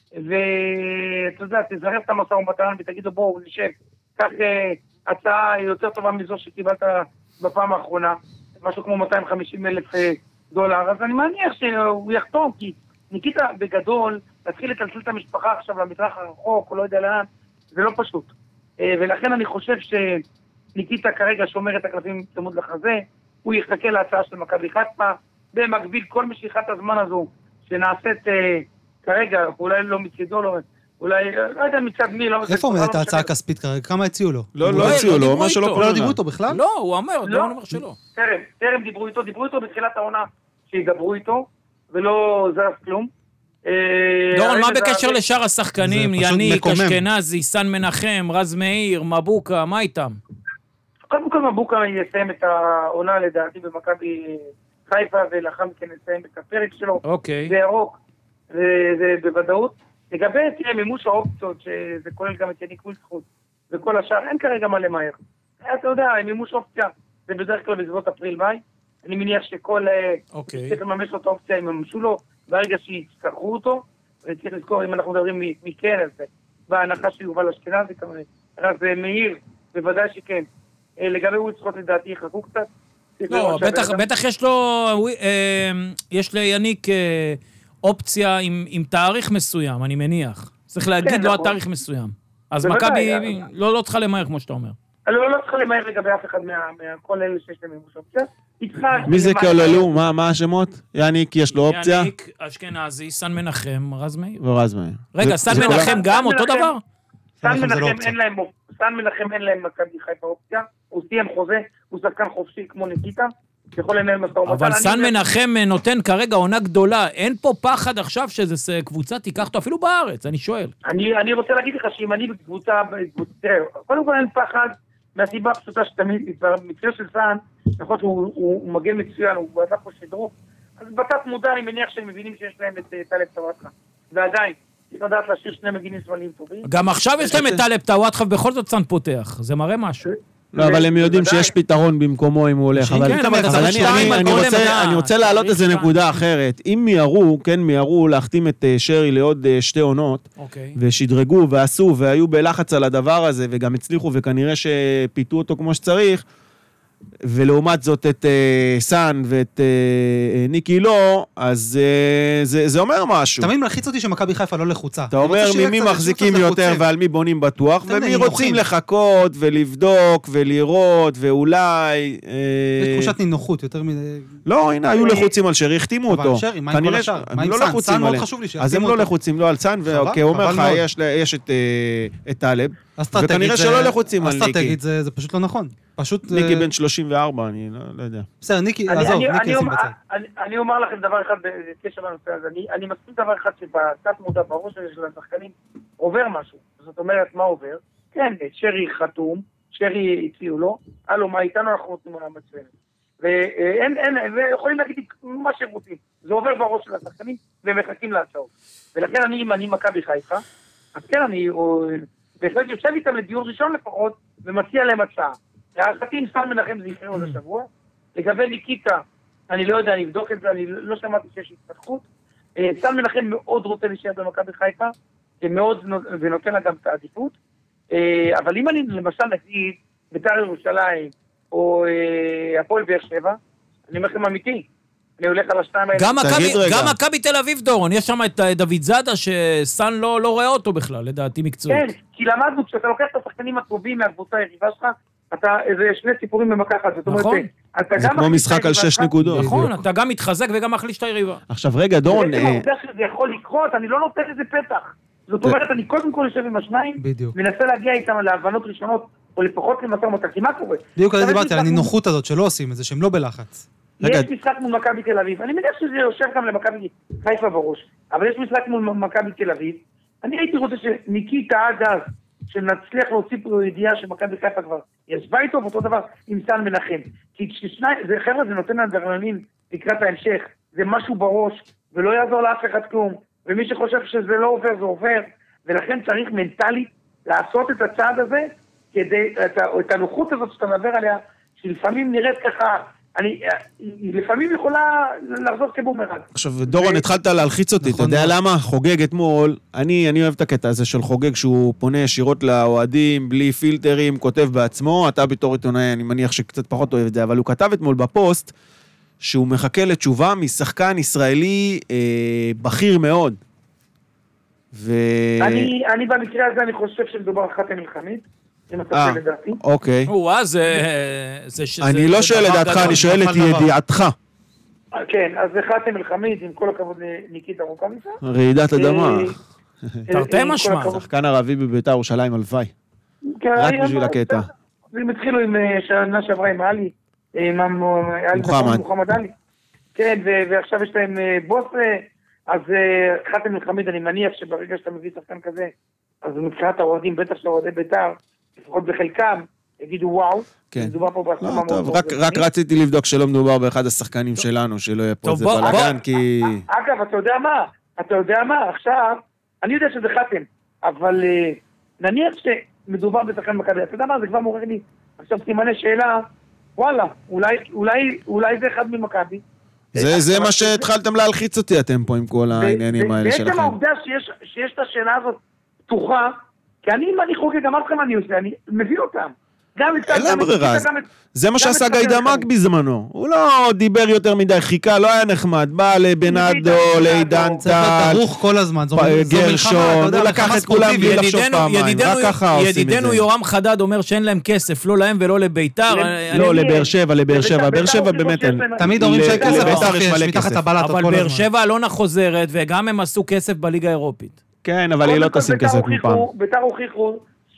ואתה יודע, תזרף את המשא ומתן ותגיד לו, בואו, נשב, כך הצעה יותר טובה מזו שקיבלת בפעם האחרונה, משהו כמו מאתיים וחמישים אלף דולר, אז אני מניח שהוא יחתום, כי ניקיטה בגדול, להתחיל לטלטל את המשפחה עכשיו למטרח הרחוק, או לא יודע לאן, זה לא פשוט. ולכן אני חושב שניקיטה כרגע שומר את הקלפים צמוד לחזה, הוא יחכה להצעה של מכבי חיפה, במקביל כל משיכת הזמן הזו, שנעשית כרגע, אולי לא מצידו, לא... אולי, לא יודע מצד מי, לא... איפה עומדת ההצעה הכספית כרגע? כמה הציעו לו? לא, לא הציעו לו, מה שלא לא דיברו איתו בכלל? לא, הוא אומר, לא אומר שלא. טרם, טרם דיברו איתו, דיברו איתו בתחילת העונה שידברו איתו, ולא זרף כלום. דורון, מה בקשר לשאר השחקנים? יניק, אשכנזי, סן מנחם, רז מאיר, מבוקה, מה איתם? קודם כל מבוקה יסיים את העונה לדעתי במכבי חיפה, ולאחר מכן יסיים את הפרק שלו. אוקיי. זה ירוק, זה בוודאות. לגבי תראה מימוש האופציות, שזה כולל גם את יניק וילצחוט, וכל השאר, אין כרגע מה למהר. אתה יודע, מימוש אופציה, זה בדרך כלל בסביבות אפריל-מאי. אני מניח שכל... אוקיי. צריך לממש לו את האופציה, אם יממשו לו, ברגע שיצטרכו אותו, וצריך לזכור, אם אנחנו מדברים מכן על זה, בהנחה שיובל אשכנזי, כמובן, רז מאיר, בוודאי שכן. לגבי וילצחוט לדעתי יחכו קצת. לא, בטח, בטח יש לו, יש ליניק אופציה עם, עם תאריך מסוים, אני מניח. צריך להגיד לו התאריך מסוים. אז מכבי לא, לא צריכה למהר, כמו שאתה אומר. לא, לא צריכה למהר לגבי אף אחד מהכל אלה שיש להם מימוש אופציה. מי זה כללו? מה, מה השמות? יניק, יש לו אופציה? יניק, אשכנזי, סן מנחם, רז מאיר. ורז מאיר. רגע, סן מנחם גם אותו דבר? סן מנחם אין להם, סן מנחם אין להם מכבי חיפה אופציה. הוא סיים חוזה, הוא שחקן חופשי כמו ניקיטה. יכול לנהל משא ומתן. אבל סן מנחם נותן כרגע עונה גדולה. אין פה פחד עכשיו שזו קבוצה תיקח אותו אפילו בארץ, אני שואל. אני, אני רוצה להגיד לך שאם אני בקבוצה, תראה, קודם כל אין פחד מהסיבה הפשוטה שתמיד, במקרה של סן, נכון שהוא הוא מגן מצוין, הוא בעצה פה שדרוך, אז בתת מודע אני מניח שהם מבינים שיש להם את טלב טוואטחה. ועדיין, צריך לדעת להשאיר שני מגינים שמאליים טובים. גם עכשיו יש להם את טלב טוואטחה, ובכל זאת סן פותח. זה מראה משהו. לא, אבל הם יודעים שיש פתרון במקומו אם הוא הולך. אבל אני רוצה להעלות איזה נקודה אחרת. אם מיהרו, כן, מיהרו להחתים את שרי לעוד שתי עונות, ושדרגו ועשו והיו בלחץ על הדבר הזה, וגם הצליחו וכנראה שפיתו אותו כמו שצריך, ולעומת זאת את סן ואת ניקי לא, אז זה אומר משהו. תמיד מלחיץ אותי שמכבי חיפה לא לחוצה. אתה אומר ממי מחזיקים יותר ועל מי בונים בטוח, ומי רוצים לחכות ולבדוק ולראות ואולי... יש תחושת נינוחות יותר מדי... לא, הנה, היו לחוצים על שרי, החתימו אותו. אבל שרי, מה עם כל השאר? מה עם סן? סן מאוד חשוב לי שיחתימו אותו. אז הם לא לחוצים, לא על סן, ואוקיי, אומר לך, יש את טלב, וכנראה שלא לחוצים על ניקי. אסטרטגית זה פשוט לא נכון. פשוט... ניקי בן שלושים וארבע, אני לא יודע. בסדר, ניקי, עזוב, ניקי ישים בצד. אני אומר לכם דבר אחד בקשר לנושא הזה. אני מסכים דבר אחד שבתת מודע בראש של השחקנים עובר משהו. זאת אומרת, מה עובר? כן, שרי חתום, שרי הציעו לו, הלו, מה איתנו אנחנו רוצים עונה מצוינת. ואין, אין, ויכולים להגיד מה שהם רוצים. זה עובר בראש של השחקנים, והם מחכים להצעות. ולכן אני, אם אני מכבי חיפה, אז כן, אני בהחלט יושב איתם לדיון ראשון לפחות, ומציע להם הצעה. להערכתי עם סן מנחם זה יקרה עוד השבוע. לגבי ניקיטה, אני לא יודע, אני אבדוק את זה, אני לא שמעתי שיש התפתחות. סן מנחם מאוד רוצה להישאר במכבי חיפה, מאוד, ונותן לה גם את העדיפות. אבל אם אני למשל נגיד בית"ר ירושלים, או הפועל באר שבע, אני אומר לכם אמיתי. אני הולך על השתיים האלה. גם מכבי תל אביב דורון, יש שם את דוד זאדה שסן לא רואה אותו בכלל, לדעתי מקצועית. כן, כי למדנו, כשאתה לוקח את השחקנים הטובים מהקבוצה היריבה שלך, אתה, זה שני ציפורים במכה אחת. נכון. זה כמו משחק על שש נקודות. נכון, אתה גם מתחזק וגם מחליש את היריבה. עכשיו רגע, דורון... העובדה שזה יכול לקרות, אני לא נותן איזה פתח. זאת אומרת, אני קודם כל יושב עם השניים, מנסה להגיע איתם להבנות ראשונות, או לפחות למשא ומתן, כי מה קורה? בדיוק כזה דיברתי על הנינוחות הזאת שלא עושים את זה, שהם לא בלחץ. יש משחק מול מכבי תל אביב, אני מניח שזה יושב גם למכבי חיפה בראש, אבל יש משחק מול מכבי תל אביב, אני הייתי רוצה שניקיטה עד אז, שנצליח להוציא פה ידיעה שמכבי חיפה כבר ישבה איתו, ואותו דבר עם סן מנחם. כי כששניים, זה חבר'ה, זה נותן אדרנלין לקראת ההמשך, זה משהו בראש, ולא יעזור לאף אחד כלום, ומי שחושב שזה לא עובר, זה עובר, ולכן צריך מנטלית לעשות את הצעד הזה, כדי, את, את הנוחות הזאת שאתה מדבר עליה, שלפעמים נראית ככה, אני, לפעמים יכולה לחזור כבומרנג. עכשיו, דורון, התחלת להלחיץ אותי, אתה יודע למה? חוגג אתמול, אני, אני אוהב את הקטע הזה של חוגג, שהוא פונה ישירות לאוהדים, בלי פילטרים, כותב בעצמו, אתה בתור עיתונאי, אני מניח שקצת פחות אוהב את זה, אבל הוא כתב אתמול בפוסט, שהוא מחכה לתשובה משחקן ישראלי אה, בכיר מאוד. ו... אני, אני במקרה הזה, אני חושב שמדובר חתם מלחמית, זה מצב אה, לדעתי. אוקיי. או, זה... זה, אני זה, לא זה שואל את דעתך, אני שואל את ידיעתך. כן, אז זה חתם מלחמית, עם כל הכבוד לניקיטה רוקאביצה. רעידת אדמה. תרתי משמע. שחקן ערבי בבית"ר ירושלים הלוואי. רק בשביל הקטע. הם התחילו עם שנה שעברה עם עלי, עם מוחמד עלי. כן, ועכשיו יש להם בוס, אז חתם מלחמית, אני מניח שברגע שאתה מביא שחקן כזה, אז מבחינת האוהדים, בטח של אוהדי בית"ר, לפחות בחלקם, יגידו וואו, מדובר פה בהסכמה מאוד. רק רציתי לבדוק שלא מדובר באחד השחקנים שלנו, שלא יהיה פה איזה בלגן, כי... אגב, אתה יודע מה? אתה יודע מה? עכשיו, אני יודע שזה חתם, אבל נניח שמדובר בשחקן מכבי, אתה יודע מה? זה כבר מעורר לי. עכשיו סימני שאלה, וואלה, אולי זה אחד ממכבי. זה מה שהתחלתם להלחיץ אותי אתם פה עם כל העניינים האלה שלכם. בעצם העובדה שיש את השאלה הזאת פתוחה, כי אני, אם אני חוגג, אמר לכם אני עושה, אני מביא אותם. אין להם ברירה, זה מה שעשה גיידמק בזמנו. הוא לא דיבר יותר מדי, חיכה, לא היה נחמד, בא לבנאדו, לעידן טל, צריך להיות ערוך כל הזמן, זו גרשון, הוא לקח את כולם בלי לחשוב פעמיים, רק ככה עושים את זה. ידידנו יורם חדד אומר שאין להם כסף, לא להם ולא לביתר. לא, לבאר שבע, לבאר שבע, באר שבע באמת אין. תמיד אומרים שהכסף בסוף יש מתחת הבלטות כל הזמן. אבל באר שבע לא חוזרת, וגם הם עשו כסף בליגה האירופית. כן, אבל היא לא תשים כסף מפעם. ביתר הוכיחו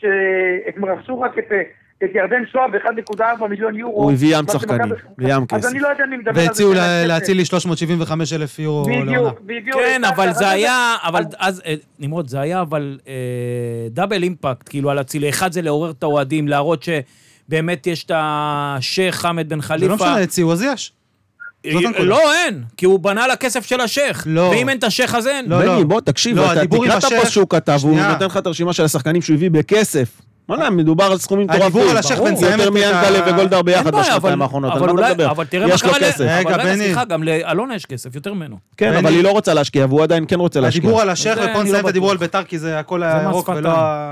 שהם רכשו רק את את ירדן שואה ב-אחד נקודה ארבע מיליון יורו. הוא הביא ים שחקנים, ים כסף. אז אני לא יודע מי מדבר על זה. והציעו להציל לי שלוש מאות שבעים וחמישה אלף יורו לעונה. בדיוק, בדיוק. כן, אבל זה היה, אבל אז, נמרוד, זה היה אבל דאבל אימפקט, כאילו על הצילי. אחד זה לעורר את האוהדים, להראות שבאמת יש את השייך חמד בן חליפה. זה לא משנה, הציעו, אז יש. לא, אין, כי הוא בנה לכסף של השייך. ואם אין את השייך אז אין. בני, בוא, תקשיב, אתה תקרא את הפוסט שהוא כתב, הוא נותן לך את הרשימה של השחקנים שהוא הביא בכסף. מה להם, מדובר על סכומים מטורפים. הדיבור על השייך בן זהמת יותר מיאנקל'ה וגולדהר ביחד בשנתיים האחרונות. אבל תראה מה קרה כסף. אבל רגע, סליחה, גם לאלונה יש כסף, יותר ממנו. כן, אבל היא לא רוצה להשקיע, והוא עדיין כן רוצה להשקיע. הדיבור על השייך, ופה נסיים את הדיבור על בית"ר, כי זה הכל הירוק ולא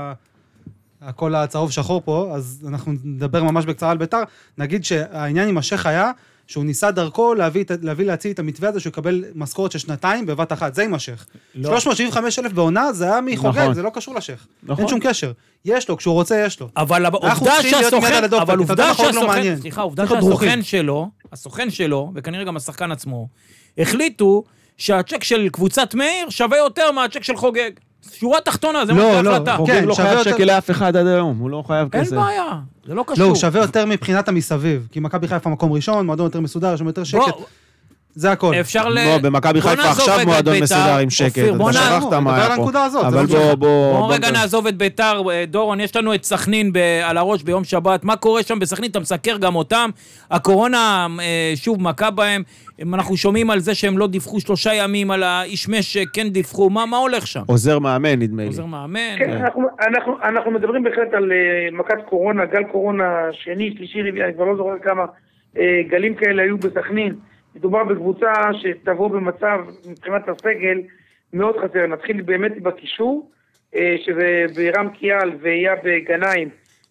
הכל הצהוב שחור פה, אז אנחנו נדבר ממש בקצרה על בית"ר. נגיד שהעניין עם השייך היה שהוא ניסה דרכו להביא, להביא להציל את המתווה הזה, שהוא יקבל משכורת של שנתיים בבת אחת, זה עם השייך. לא. שלוש מאות שבעים וחמישה אלף בעונה, זה היה מחוגג, נכון. זה לא קשור לשייך. נכון. אין שום קשר. יש לו, כשהוא רוצה, יש לו. אבל עובדה שהסוכן, אבל עובדה שהסוכן, סליחה, עובדה שהסוכן שלו, הסוכן שלו, וכנראה גם השחקן עצמו, החליטו שהצ'ק של קבוצת מאיר שווה יותר מהצ'ק של חוגג. שורה תחתונה, זה מה שההחלטה. חוגג לא חייב שקל לאף אחד עד היום, הוא לא חייב כסף. אין בעיה, זה לא קשור. לא, הוא שווה יותר מבחינת המסביב, כי מכבי חיפה מקום ראשון, מועדון יותר מסודר, יש שם יותר שקט. זה הכל. אפשר ל... לא, במכבי חיפה עכשיו מועדון מסודר עם שקט. בוא שכחת מה היה פה. אבל בוא, בוא... בוא רגע נעזוב את ביתר, דורון, יש לנו את סכנין על הראש ביום שבת. מה קורה שם בסכנין? אתה מסקר גם אותם. הקורונה שוב מכה בהם. אנחנו שומעים על זה שהם לא דיווחו שלושה ימים על האיש משק, כן דיווחו. מה, מה הולך שם? עוזר מאמן, נדמה לי. עוזר מאמן. כן, אנחנו, אנחנו, אנחנו מדברים בהחלט על מכת קורונה, גל קורונה שני, שלישי, רביעי, אני כבר לא זוכר כמה גלים כאלה היו בסכנין. מדובר בקבוצה שתבוא במצב, מבחינת הסגל, מאוד חסר. נתחיל באמת בקישור, שזה בירם קיאל ואייב גנאים,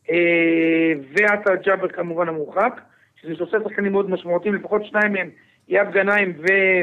ועטה ג'אבר כמובן המורחק, שזה שלושה שחקנים מאוד משמעותיים, לפחות שניים מהם, אייב גנאים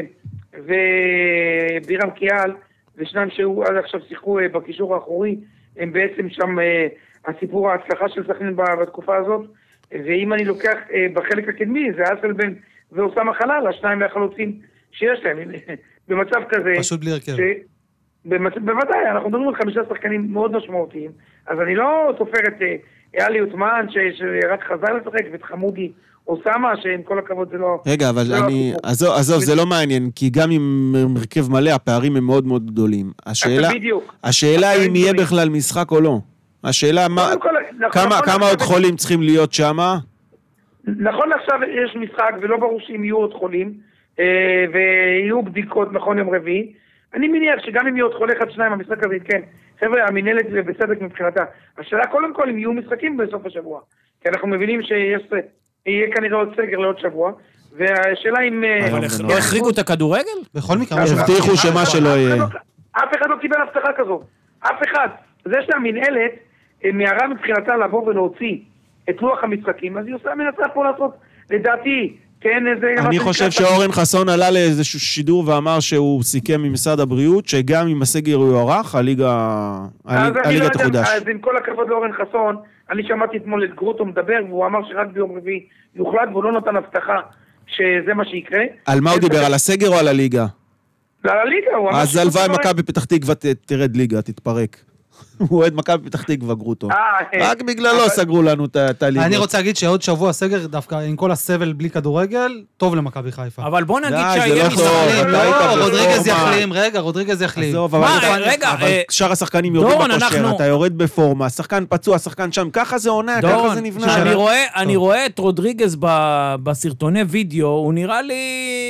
ובירם קיאל, ושניים שהוא עד עכשיו שיחקו בקישור האחורי, הם בעצם שם הסיפור ההצלחה של סכנין בתקופה הזאת, ואם אני לוקח בחלק הקדמי, זה אסל בן ועושה מחלל, השניים מהחלוצים שיש להם, במצב כזה... פשוט בלי הרכב. בוודאי, אנחנו מדברים על חמישה שחקנים מאוד משמעותיים, אז אני לא תופר את אלי עותמן, שרק חזר לשחק, ואת חמודי אוסמה, שעם כל הכבוד זה לא... רגע, אבל אני... עזוב, זה לא מעניין, כי גם עם הרכב מלא, הפערים הם מאוד מאוד גדולים. השאלה אם יהיה בכלל משחק או לא. השאלה כמה עוד חולים צריכים להיות שם? נכון לעכשיו יש משחק, ולא ברור שאם יהיו עוד חולים, ויהיו בדיקות נכון יום רביעי. אני מניח שגם אם יהיו עוד חולה אחד שניים, המשחק הזה כן. חבר'ה, המנהלת זה בסדק מבחינתה. השאלה קודם כל אם יהיו משחקים בסוף השבוע. כי אנחנו מבינים שיהיה כנראה עוד סגר לעוד שבוע. והשאלה אם... אבל לא החריגו את הכדורגל? בכל מקרה. הבטיחו שמה שלא יהיה. אף אחד לא קיבל הבטחה כזו. אף אחד. זה שהמנהלת מהרה מבחינתה לבוא ולהוציא את לוח המשחקים, אז היא עושה מנסה פה לעשות, לדעתי, כן, זה... אני חושב שאורן חסון עלה לאיזשהו שידור ואמר שהוא סיכם עם משרד הבריאות, שגם אם הסגר יוארך, הליגה תחודש. אז עם כל הכבוד לאורן חסון, אני שמעתי אתמול את גרוטו מדבר, והוא אמר שרק ביום רביעי יוחלט, והוא לא נתן הבטחה שזה מה שיקרה. על מה הוא דיבר? על הסגר או על הליגה? על הליגה, הוא אמר... אז הלוואי מכבי פתח תקווה תרד ליגה, תתפרק. הוא אוהד מכבי פתח תקווה גרוטו. רק בגללו סגרו לנו את הליגה. אני רוצה להגיד שעוד שבוע סגר, דווקא עם כל הסבל בלי כדורגל, טוב למכבי חיפה. אבל בוא נגיד די, שיהיה זה לא טוב. משחקים. לא, רודריגז יחלים, רגע, רודריגז יחלים. עזוב, מה, אבל רגע, אבל אה, שאר השחקנים יורדים דורון, בכושר, אנחנו- אתה יורד בפורמה, שחקן פצוע, שחקן שם, ככה זה עונה, ככה דורון, זה נבנה. אני רואה, אני רואה את רודריגז ב- בסרטוני וידאו, הוא נראה לי...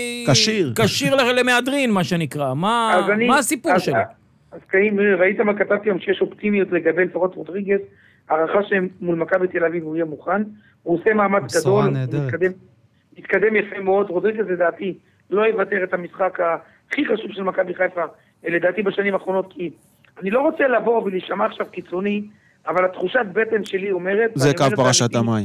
כשיר. כשיר ל- למהדרין, מה שנקרא. מה אז אני- מה הסיפור אז- שלו? אז קיים, ראית מה כתבתי היום שיש אופטימיות לגבי לפחות רודריגז, הערכה שמול מכבי תל אביב הוא יהיה מוכן, הוא עושה מאמץ בשורה גדול, הוא נהדרת. מתקדם, מתקדם יפה מאוד, רודריגז לדעתי לא יוותר את המשחק הכי חשוב של מכבי חיפה, לדעתי בשנים האחרונות, כי אני לא רוצה לבוא ולהישמע עכשיו קיצוני, אבל התחושת בטן שלי אומרת, זה ואני קו אומר את פרשת האמיתי, המים.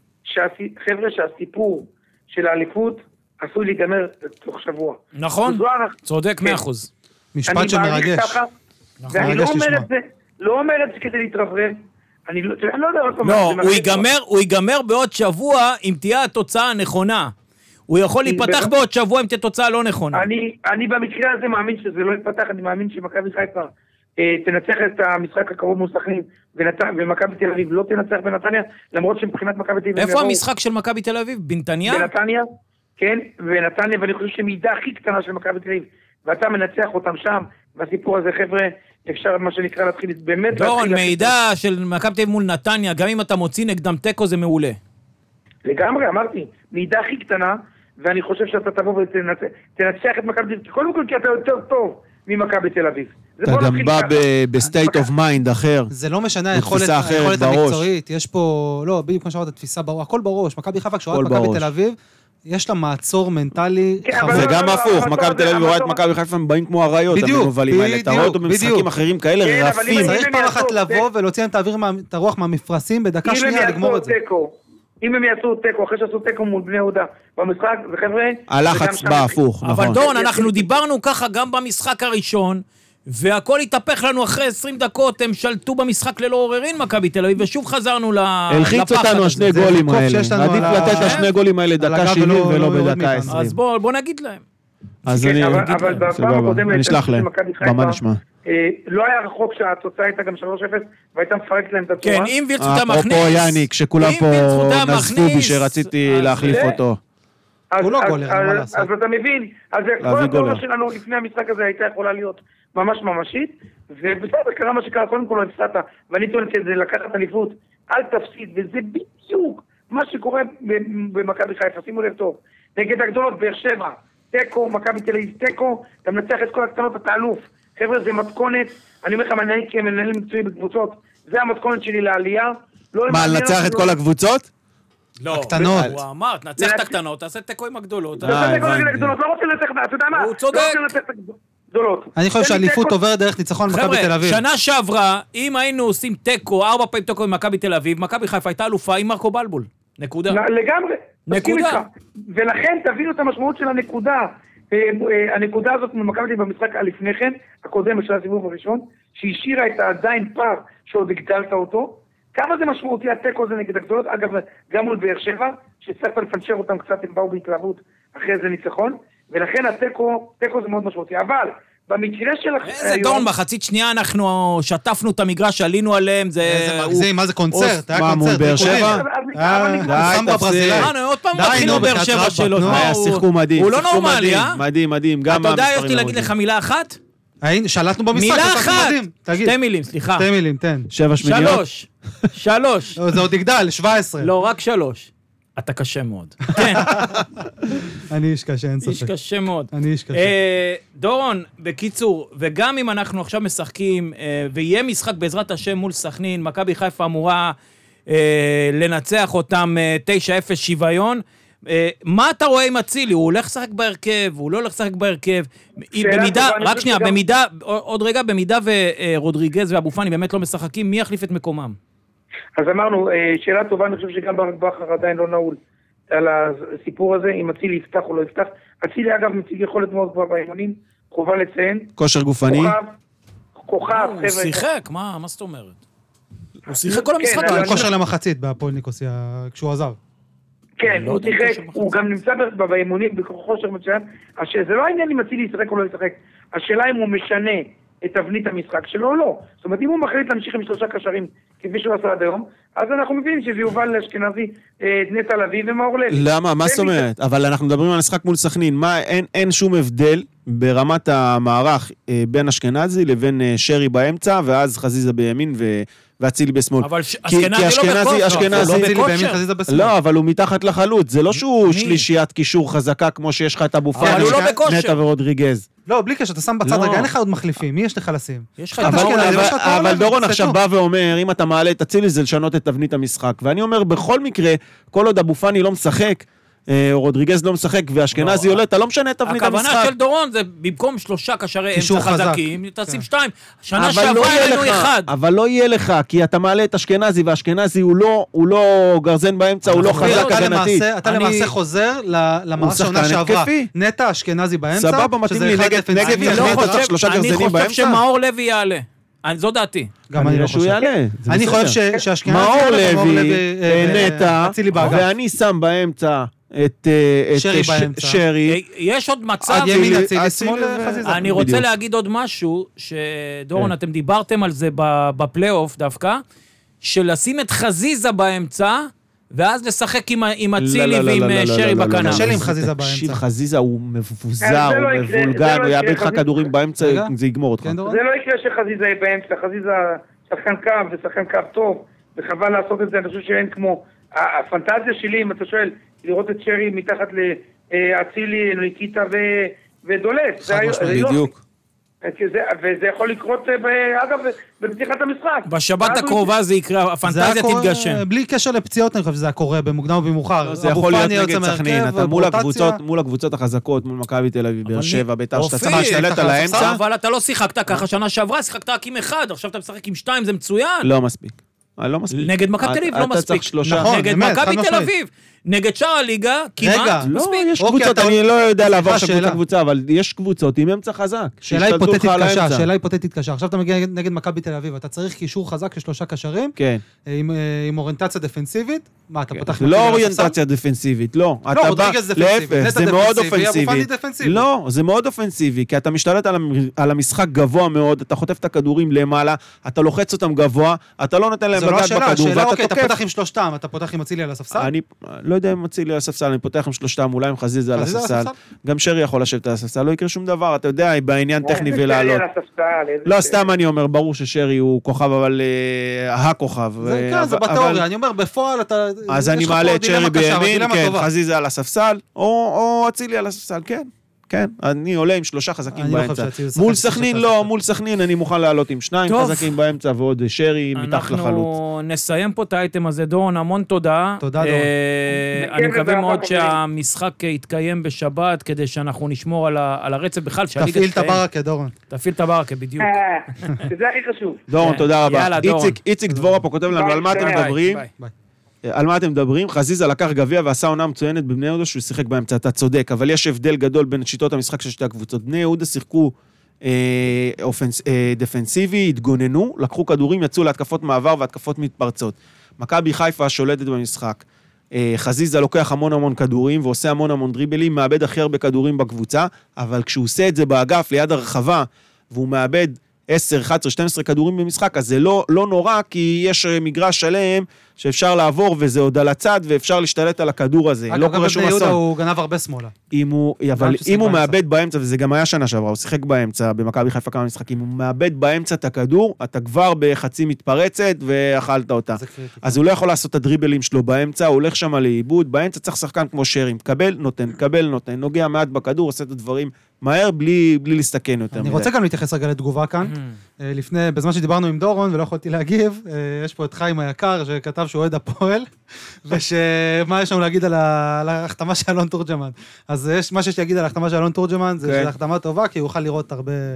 שהסי- חבר'ה שהסיפור של האליפות עשוי להיגמר תוך שבוע. נכון, וזו הערכה- צודק כן. מאה אחוז. משפט אני מעריך שמרגש. ככה, ואני מרגש לא אומר לשמוע. את זה, לא אומר את זה כדי להתרברב, אני לא אני לא יודע עוד פעם, לא, זה הוא מרגש. ייגמר, הוא ייגמר בעוד שבוע אם תהיה התוצאה הנכונה. הוא יכול להיפתח באמת? בעוד שבוע אם תהיה תוצאה לא נכונה. אני, אני במקרה הזה מאמין שזה לא יתפתח, אני מאמין שמכבי חיפה אה, תנצח את המשחק הקרוב מול סכנין, ונת- ומכבי תל אביב לא תנצח בנתניה, למרות שמבחינת מכבי תל אביב... איפה יבואו המשחק של מכבי תל אביב? בנתניה? בנתניה, כן, ונתניה, ואני חושב שמידה הכי קטנה של מכבי תל אביב, ואתה מנצח אותם שם, והסיפור הזה, חבר'ה, אפשר מה שנקרא להתחיל, באמת... דורון, להתחיל- מידע של מכבי תל אביב מול נתניה, גם אם אתה מוציא נגדם תיקו זה מעולה. לגמרי, אמרתי, מידה הכי קטנה, ואני חושב שאתה תבוא ותנצח את מכבי תל אביב, קודם כל כי אתה יותר טוב ממכבי תל אביב. זה אתה בוא גם נתחיל בא ככה. בסטייט אוף מיינד אחר. זה לא משנה, בתפיסה היכולת אחרת היכולת בראש. המקצועית, יש פה, לא, בדיוק כמו שאמרת, תפיסה בראש, הכל בראש, מכבי חיפה, כשרואה את הכל מכבי בראש. תל אביב, יש לה מעצור מנטלי כן, חמור. אבל זה לא, גם לא, הפוך, אבל מכבי לא, תל אביב אבל רואה את לא. מכבי חיפה, הם באים כמו אריות, בדיוק, המנובלים האלה. אתה רואה אותו בדיוק, במשחקים בדיוק. אחרים כאלה כן, אבל רפים. אם- צריך אם פעם הם אחת יעשו- לבוא ולהוציא להם את האוויר, מה- את הרוח מהמפרשים, בדקה אם הם שנייה לגמור יעשו את זה. תיקו, אם הם יעשו תיקו, אחרי שעשו תיקו מול בני יהודה במשחק, וחבר'ה... הלחץ וגם שם- בא הפוך, אבל נכון. דורון, אנחנו דיברנו ככה גם במשחק הראשון, והכל התהפך לנו אחרי עשרים דקות, הם שלטו במשחק ללא עוררין מכבי תל אביב, ושוב חזרנו ל- הלחיץ לפחד אותנו הזה. השני זה גולים ויכוח האלה. שיש לנו עדיף על ה- לתת את השני גולים האלה דקה הגב שבעים ולא- ולא לא יורד בדקה מאיתנו. עשרים. אז בוא בוא נגיד להם. אז כן, אני... אבל- אגיד אבל להם, בפעם סבבה, הקודמת, אני אשלח להם. מכבי חיפה, במה נשמע? אה, לא היה רחוק שהתוצאה הייתה גם שלוש אפס, והייתה מפרקת להם את הצורה. כן, אם וירצחוטה מכניס... אפרופו יאניק, שכולם אם פה וירצחוטה נזפו בי מכניס, שרציתי אז להחליף זה- אותו. אז- הוא לא אז- גולר, אין מה אז- לעשות. אז אתה מבין, אז כל להביא התיאוריה גולר. שלנו לפני המשחק הזה הייתה יכולה להיות ממש ממשית, ובסדר, קרה מה שקרה, קודם כל לא הפסדת, ואני טוען שזה לקחת אליפות, אל תפסיד, וזה בדיוק מה שקורה ב- במכבי חיפה, שימו לב טוב, נגד הגדולות, באר שבע, תיקו, מכבי תל אביב, תיקו, אתה מנצח את כל הקטנות, אתה אלוף, חבר'ה, זה מתכונת, אני אומר לך, אני כמנהל מקצועי בקבוצות, זה המתכונת שלי לעלייה, לא מה, למעניין לנצח אותי, את לא- כל הקבוצות? לא, הקטנות. הוא אמר, תנצח את לנצח- הקטנות, תעשה תיקו עם הגדולות. אתה אה, צודק, הבנתי. הגדולות, לא רוצה לנצח, אתה יודע מה? הוא צודק. לא רוצה לנצח את הגדולות. אני חושב תן לי שהאליפות תיקו. עוברת דרך ניצחון מכבי תל חבר'ה, אביב. שנה שעברה, אם היינו עושים תיקו, ארבע פעמים תיקו עם מכבי תל אביב, מכבי חיפה הייתה אלופה עם מרקו בלבול. נקודה. לגמרי. מסכים נקודה. איתך. ולכן תבינו את המשמעות של הנקודה. אה, אה, הנקודה הזאת ממכבי תל אביב במשחק הלפני כן, הקודם של הסיבוב הראשון, שהשאירה את העדיין פער שעוד הגדלת אותו. כמה זה משמעותי התיקו הזה נגד הגדולות? אגב, גם מול באר שבע, שצריך לפנצ'ר אותם קצת, הם באו בהתלהבות אחרי זה ניצחון, ולכן התיקו, תיקו זה מאוד משמעותי. אבל במקרה של... איזה דורון, מחצית שנייה אנחנו שטפנו את המגרש, עלינו עליהם, זה... איזה הוא- מגזים, מה זה קונצרט? היה מה, מול קונצרט. באר ריקודים. שבע? אה, די, סמבה תפסיק. ברזילאי. מה, נו, עוד פעם די, מתחיל נו, לו באר בחייאת שבע רבאק, שלו. נו. מה, היה, הוא- שיחקו מדהים. הוא לא שיחקו נורמלי, מדהים, אה? מדהים, מדהים. גם אתה יודע, יש המספרים לי להגיד לך מדהים. מילה אחת? היינו- שלטנו במשחק, מילה עשינו אחת! מדהים. תגיד, שתי מילים, סליחה. שתי מילים, תן. שבע שמיניות? שלוש. שלוש. לא, זה עוד יגדל, שבע עשרה. לא, רק שלוש. אתה קשה מאוד. כן, אני איש קשה, אין איש ספק. קשה מאוד. אני איש קשה. אה, דורון, בקיצור, וגם אם אנחנו עכשיו משחקים, אה, ויהיה משחק בעזרת השם מול סכנין, מכבי חיפה אמורה אה, לנצח אותם אה, תשע אפס שוויון, אה, מה אתה רואה עם אצילי? הוא הולך לשחק בהרכב, הוא לא הולך לשחק בהרכב. שאלה במידה, טובה, אני רק חושב שנייה, שגם- במידה, עוד רגע, במידה ורודריגז ואבו פאני באמת לא משחקים, מי יחליף את מקומם? אז אמרנו, אה, שאלה טובה, אני חושב שגם ברק בכר עדיין לא נעול על הסיפור הזה, אם אצילי יפתח או לא יפתח. אצילי אגב מציג יכולת מאוד גבוהה באימונים, חובה לציין. כושר גופני. כוכב, כוכב, הוא שיחק, מה מה זאת אומרת? הוא שיחק כל המשחק. הוא כושר למחצית בהפועל ניקוסיה, כשהוא עזר. כן, הוא שיחק, הוא גם נמצא באימונים בכושר מצוין. זה לא העניין אם אצילי ישחק או לא ישחק. השאלה אם הוא משנה את תבנית המשחק שלו או לא. זאת אומרת, אם הוא מחליט להמשיך עם שלושה קשרים, כפי שהוא עשה עד היום, אז אנחנו מבינים שזה יובל לאשכנזי, נטע לביא ומאור לוי. למה? מה זאת אומרת? אבל אנחנו מדברים על משחק מול סכנין. מה, אין, אין שום הבדל ברמת המערך בין אשכנזי לבין שרי באמצע, ואז חזיזה בימין ו... ואצילי בשמאל. אבל אשכנזי לא בכושר. לא, אבל הוא מתחת לחלוץ. זה לא שהוא שלישיית קישור חזקה, כמו שיש לך את אבו פאני, נטע ורודריגז. לא, בלי קשר, אתה שם בצד רגע, אין לך עוד מחליפים, מי יש לך לשים? אבל דורון עכשיו בא ואומר, אם אתה מעלה את אצילי, זה לשנות את תבנית המשחק. ואני אומר, בכל מקרה, כל עוד אבו פאני לא משחק, רודריגז לא משחק, ואשכנזי עולה, אתה לא משנה את תבנית המשחק. הכוונה של דורון זה במקום שלושה קשרי אמצע חזקים, תשים שתיים. שנה שעברה היינו אחד. אבל לא יהיה לך, כי אתה מעלה את אשכנזי, ואשכנזי הוא לא גרזן באמצע, הוא לא חזק הגנתית. אתה למעשה חוזר למערך שעונה שעברה. נטע, אשכנזי באמצע. סבבה, מתאים לי נגד שלושה גרזנים באמצע. אני חושב שמאור לוי יעלה. זו דעתי. גם אני לא חושב. אני חושב שאשכנזי מאור לוי, נטע, ואני שם באמצע את שרי. יש עוד מצב, אני רוצה להגיד עוד משהו, שדורון, אתם דיברתם על זה בפלייאוף דווקא, שלשים את חזיזה באמצע, ואז לשחק עם אצילי ועם שרי בכנף. קשה לי עם חזיזה באמצע. תקשיב, חזיזה הוא מבוזר, הוא מבולגן, הוא יאבד לך כדורים באמצע, זה יגמור אותך. זה לא יקרה שחזיזה יהיה באמצע, חזיזה שחקן קו ושחקן קו טוב, וחבל לעשות את זה, אני חושב שאין כמו, הפנטזיה שלי, אם אתה שואל, לראות את שרי מתחת לאצילי, ניקיטה ודולס. בדיוק. וזה יכול לקרות, אגב, בפתיחת המשחק. בשבת הקרובה זה יקרה, הפנטזיה תתגשם. בלי קשר לפציעות, אני חושב שזה קורה במוקדם ובמאוחר. זה יכול להיות נגד סכנין, אתה מול הקבוצות החזקות, מול מכבי תל אביב, באר שבע, בית"ר, שאתה צריך להשתלט על האמצע. אבל אתה לא שיחקת ככה שנה שעברה, שיחקת רק עם אחד, עכשיו אתה משחק עם שתיים, זה מצוין. לא מספיק. לא מספיק. נגד מכבי תל אביב לא מספיק. נגד מכבי תל אביב. נגד שאר הליגה, כמעט מספיק. יש קבוצות, אני לא יודע לעבור שם קבוצה קבוצה, אבל יש קבוצות עם אמצע חזק. שאלה היפותטית קשה, שאלה היפותטית קשה. עכשיו אתה מגיע נגד מכבי תל אביב, אתה צריך קישור חזק של שלושה קשרים, עם אוריינטציה דפנסיבית. מה, אתה פותח... לא אוריינטציה דפנסיבית, לא. לא, רודריגז דפנסיבי. זה מאוד אופנסיבי. לא, זה מאוד אופנסיבי, כי אתה משתלט על המשחק גבוה מאוד, אתה חוטף את הכדורים למעלה, אתה לוחץ אותם גבוה, אתה לא נותן להם לגעת בכדור, ואתה תוקף. אתה פותח עם שלושתם, אתה פותח עם אצילי על הספסל? אני לא יודע אם אצילי על הספסל, אני פותח עם שלושתם, אולי עם חזיזה על הספסל. גם שרי יכול לשבת על הספסל, לא יקרה שום דבר, אתה יודע, בעניין טכני ולעלות. לא, סתם אני אומר, ברור ששרי הוא כוכב, אבל הכוכב. זה בתיאוריה, אני אומר, בפועל אתה... אז אני מעלה את שרי בימין, כן, חזיזה על הספסל, או אצילי על הספסל, כן. כן, אני עולה עם שלושה חזקים באמצע. מול סכנין לא, מול סכנין אני מוכן לעלות עם שניים חזקים באמצע ועוד שרי מתחת לחלוץ. אנחנו נסיים פה את האייטם הזה, דורון, המון תודה. תודה, דורון. אני מקווה מאוד שהמשחק יתקיים בשבת, כדי שאנחנו נשמור על הרצף בכלל. תפעיל את הברקה, דורון. תפעיל את הברקה, בדיוק. זה הכי חשוב. דורון, תודה רבה. איציק דבורה פה כותב לנו על מה אתם מדברים. על מה אתם מדברים? חזיזה לקח גביע ועשה עונה מצוינת בבני יהודה שהוא שיחק באמצע, אתה צודק, אבל יש הבדל גדול בין שיטות המשחק של שתי הקבוצות. בני יהודה שיחקו אה, אופנס, אה, דפנסיבי, התגוננו, לקחו כדורים, יצאו להתקפות מעבר והתקפות מתפרצות. מכבי חיפה שולטת במשחק. אה, חזיזה לוקח המון המון כדורים ועושה המון המון דריבלים, מאבד הכי הרבה כדורים בקבוצה, אבל כשהוא עושה את זה באגף ליד הרחבה, והוא מאבד עשר, אחת עשרה, שתים עשרה כדורים במשחק, אז זה לא, לא נורא, כי יש מגרש שלם שאפשר לעבור, וזה עוד על הצד, ואפשר להשתלט על הכדור הזה. לא קורה שום אסון. הוא גנב הרבה שמאלה. אם הוא, אבל אם הוא מאבד באמצע, וזה גם היה שנה שעברה, הוא שיחק באמצע, במכבי חיפה כמה משחקים, הוא מאבד באמצע את הכדור, אתה כבר בחצי מתפרצת, ואכלת אותה. אז הוא לא יכול לעשות את הדריבלים שלו באמצע, הוא הולך שם לאיבוד, באמצע צריך שחקן כמו שרי, קבל, נותן, קבל, נותן, נוגע מעט בכדור, עושה את הדברים מהר, בלי, בלי להסתכן יותר. אני רוצה גם להתייחס רגע לתגובה כאן. לפני, בזמן שדיברנו עם דורון ולא יכולתי להגיב, יש פה את חיים היקר שכתב שהוא אוהד הפועל, ושמה יש לנו להגיד על ההחתמה של אלון תורג'מן. אז יש, מה שיש להגיד על ההחתמה של אלון תורג'מן, זה שזו החתמה טובה, כי הוא יוכל לראות הרבה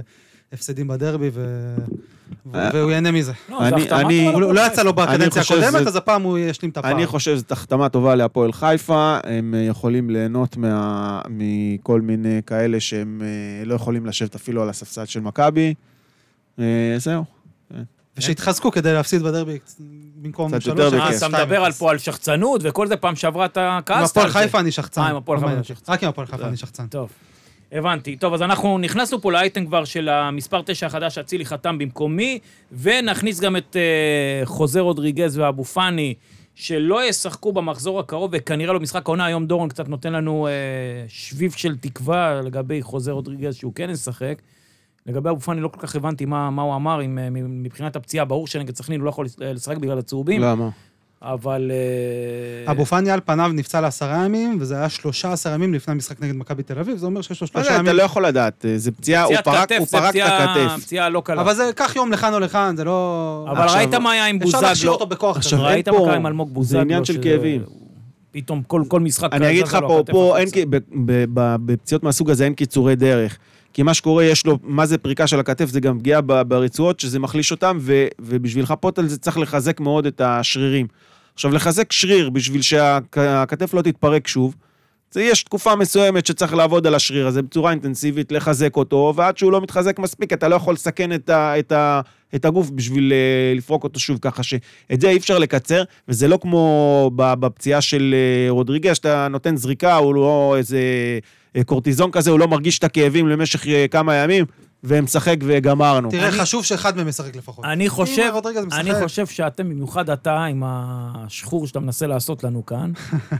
הפסדים בדרבי, ו... והוא ייהנה מזה. הוא לא יצא לו בקדנציה הקודמת, אז הפעם הוא ישלים את הפעם. אני חושב שזו החתמה טובה להפועל חיפה, הם יכולים ליהנות מכל מיני כאלה שהם לא יכולים לשבת אפילו על הספסל של מכבי. זהו. ושהתחזקו כדי להפסיד בדרבי במקום שלוש. אתה מדבר על פה על שחצנות, וכל זה פעם שעברה אתה כעסת. עם הפועל חיפה אני שחצן. רק עם הפועל חיפה אני שחצן. טוב. הבנתי. טוב, אז אנחנו נכנסנו פה לאייטם כבר של המספר תשע החדש שהצילי חתם במקומי, ונכניס גם את uh, חוזר רודריגז ואבו פאני, שלא ישחקו במחזור הקרוב, וכנראה לו משחק העונה, היום דורון קצת נותן לנו uh, שביב של תקווה לגבי חוזר רודריגז שהוא כן ישחק. לגבי אבו פאני לא כל כך הבנתי מה, מה הוא אמר, עם, מבחינת הפציעה, ברור שנגד סכנין הוא לא יכול לשחק בגלל הצהובים. למה? אבל... אבו פאני על פניו נפצע לעשרה ימים, וזה היה שלושה עשר ימים לפני המשחק נגד מכבי תל אביב, זה אומר שיש לו שלושה ימים. אתה לא יכול לדעת, זה פציעה, הוא פרק את הכתף. פציעה לא קלה. אבל זה כך יום לכאן או לכאן, זה לא... אבל ראית מה היה עם בוזגלו? אפשר להכשיר אותו בכוח. ראית מה היה עם אלמוג בוזגלו? זה עניין של כאבים. פתאום כל משחק... אני אגיד לך פה, פה בפציעות מהסוג הזה אין קיצורי דרך. כי מה שקורה, יש לו, מה זה פריקה של הכתף, זה גם פגיעה ברצועות, שזה מחליש אותם, ובשביל לחפות על זה צריך לחזק מאוד את השרירים. עכשיו, לחזק שריר, בשביל שהכתף לא תתפרק שוב, זה יש תקופה מסוימת שצריך לעבוד על השריר הזה, בצורה אינטנסיבית, לחזק אותו, ועד שהוא לא מתחזק מספיק, אתה לא יכול לסכן את, ה, את, ה, את הגוף בשביל לפרוק אותו שוב, ככה שאת זה אי אפשר לקצר, וזה לא כמו בפציעה של רודריגז, שאתה נותן זריקה, הוא לא איזה קורטיזון כזה, הוא לא מרגיש את הכאבים למשך כמה ימים, ומשחק וגמרנו. תראה, חשוב שאחד מהם משחק לפחות. אני חושב, אני חושב שאתם במיוחד אתה, עם השחור שאתה מנסה לעשות לנו כאן,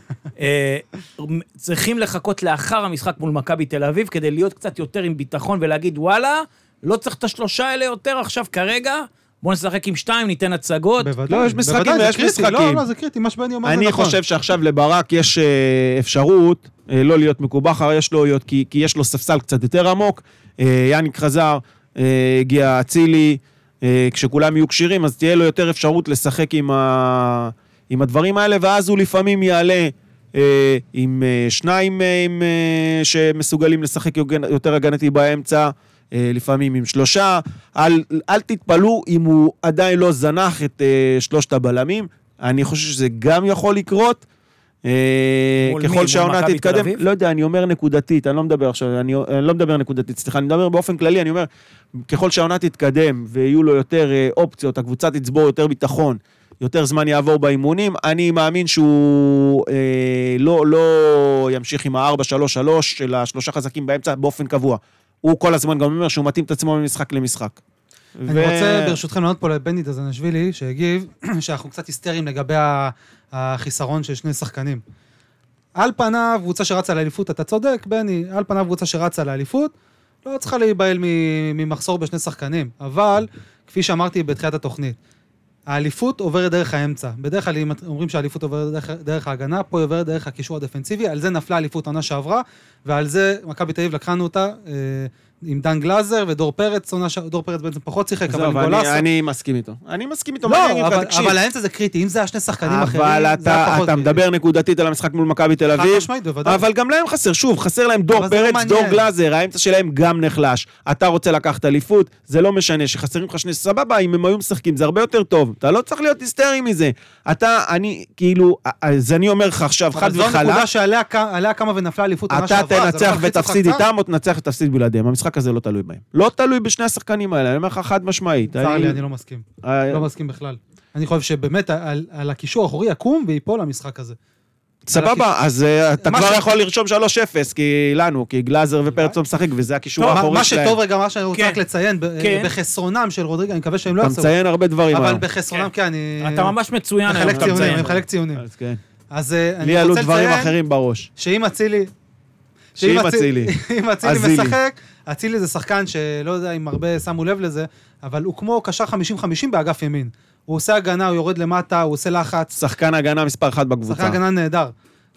צריכים לחכות לאחר המשחק מול מכבי תל אביב, כדי להיות קצת יותר עם ביטחון ולהגיד, וואלה, לא צריך את השלושה האלה יותר עכשיו כרגע, בואו נשחק עם שתיים, ניתן הצגות. לא, יש משחקים ויש משחקים. לא, לא, זה קריטי, מה שבני אומר זה נכון. אני חושב שעכשיו לברק יש אפשרות לא להיות מקובח, יש לו, כי יש לו ספסל קצת יותר עמוק, יאניק חזר, הגיע אצילי, כשכולם יהיו קשירים, אז תהיה לו יותר אפשרות לשחק עם, ה... עם הדברים האלה, ואז הוא לפעמים יעלה עם שניים עם... שמסוגלים לשחק יותר הגנתי באמצע, לפעמים עם שלושה, אל, אל תתפלו אם הוא עדיין לא זנח את שלושת הבלמים, אני חושב שזה גם יכול לקרות, ככל שהעונה תתקדם, לא יודע, אני אומר נקודתית, אני לא מדבר עכשיו, אני לא מדבר נקודתית, סליחה, אני מדבר באופן כללי, אני אומר, ככל שהעונה תתקדם, ויהיו לו יותר אופציות, הקבוצה תצבור יותר ביטחון, יותר זמן יעבור באימונים, אני מאמין שהוא לא, לא ימשיך עם ה-ארבע שלוש שלוש של השלושה חזקים באמצע באופן קבוע. הוא כל הזמן גם אומר שהוא מתאים את עצמו ממשחק למשחק. אני רוצה ברשותכם לענות פה לבני דזנשווילי, שהגיב שאנחנו קצת היסטריים לגבי החיסרון של שני שחקנים. על פניו, קבוצה שרצה לאליפות, אתה צודק, בני, על פניו קבוצה שרצה לאליפות, לא צריכה להיבהל ממחסור בשני שחקנים, אבל, כפי שאמרתי בתחילת התוכנית, האליפות עוברת דרך האמצע. בדרך כלל אומרים שהאליפות עוברת דרך, דרך ההגנה, פה היא עוברת דרך הקישור הדפנסיבי, על זה נפלה האליפות העונה שעברה, ועל זה מכבי תל אביב לקחנו אותה אה, עם דן גלאזר ודור פרץ, עונה ש... דור פרץ בעצם פחות שיחק, אבל עם גולאסה. אני מסכים איתו. אני מסכים איתו. לא, אבל, אבל האמצע זה קריטי, אם זה השני שחקנים אחרים, אבל אתה, אתה מדבר נקודתית על המשחק מול מכבי תל אביב, משמעית, בוודאי. אבל גם להם חסר, שוב, חסר להם דור פרץ, דור גלאזר, האמצע שלהם גם נחלש. אתה רוצה לקחת אליפות, זה לא משנה, שחסרים לך שני סבבה, אם הם היו משחקים, זה הרבה יותר טוב. אתה לא צריך להיות היסטרי מזה. אתה, אני, כאילו, אז אני אומר לך עכשיו, חד וחלק. אבל זו נקודה שעליה כמה ונפלה אליפות עונה שעברה. אתה תנצח ותפסיד איתם, או תנצח ותפסיד בלעדיהם. המשחק הזה לא תלוי בהם. לא תלוי בשני השחקנים האלה, אני אומר לך חד משמעית. צר לי, אני לא מסכים. לא מסכים בכלל. אני חושב שבאמת על הקישור האחורי יקום ויפול המשחק הזה. סבבה, אז אתה כבר יכול לרשום שלוש אפס, כי לנו, כי גלאזר ופרץ לא משחק, וזה הקישור האחורי שלהם. מה שטוב רגע, מה שאני רוצה רק לציין, בחסרונם של רודריגז, אני מקווה שהם לא יחסרו. אתה מציין הרבה דברים. אבל בחסרונם, כן, אני... אתה ממש מצוין. אני מחלק ציונים. אז לי עלו דברים אחרים בראש. שאם אצילי... שאם אצילי. אם אצילי משחק, אצילי זה שחקן שלא יודע אם הרבה שמו לב לזה, אבל הוא כמו קשר חמישים חמישים באגף ימין. הוא עושה הגנה, הוא יורד למטה, הוא עושה לחץ. שחקן הגנה מספר אחת בקבוצה. שחקן הגנה נהדר.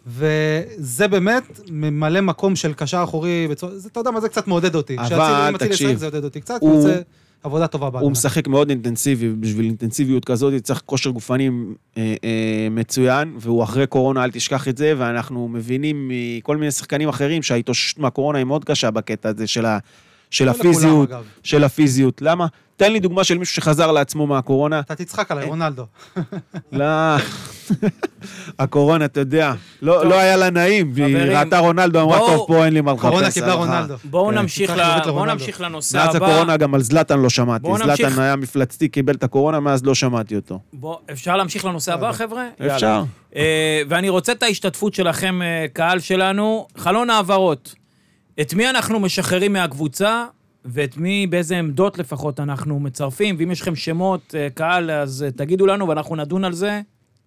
וזה באמת ממלא מקום של קשר אחורי, אתה יודע מה, זה קצת מעודד אותי. אבל, תקשיב. זה עודד אותי קצת, הוא עושה עבודה טובה בהגנה. הוא משחק מאוד אינטנסיבי, בשביל אינטנסיביות כזאת, צריך כושר גופני אה, אה, מצוין, והוא אחרי קורונה, אל תשכח את זה, ואנחנו מבינים מכל מיני שחקנים אחרים, שההתאוששות מהקורונה היא מאוד קשה בקטע הזה של ה... של הפיזיות, של הפיזיות. למה? תן לי דוגמה של מישהו שחזר לעצמו מהקורונה. אתה תצחק עליי, רונלדו. לא, הקורונה, אתה יודע, לא היה לה נעים, והיא ראתה רונלדו, אמרה, טוב, פה אין לי מה לחפש. קורונה קיבלה רונלדו. בואו נמשיך לנושא הבא. מאז הקורונה גם על זלטן לא שמעתי. זלטן היה מפלצתי, קיבל את הקורונה, מאז לא שמעתי אותו. אפשר להמשיך לנושא הבא, חבר'ה? אפשר. ואני רוצה את ההשתתפות שלכם, קהל שלנו. חלון העברות. את מי אנחנו משחררים מהקבוצה, ואת מי, באיזה עמדות לפחות אנחנו מצרפים, ואם יש לכם שמות, קהל, אז תגידו לנו, ואנחנו נדון על זה.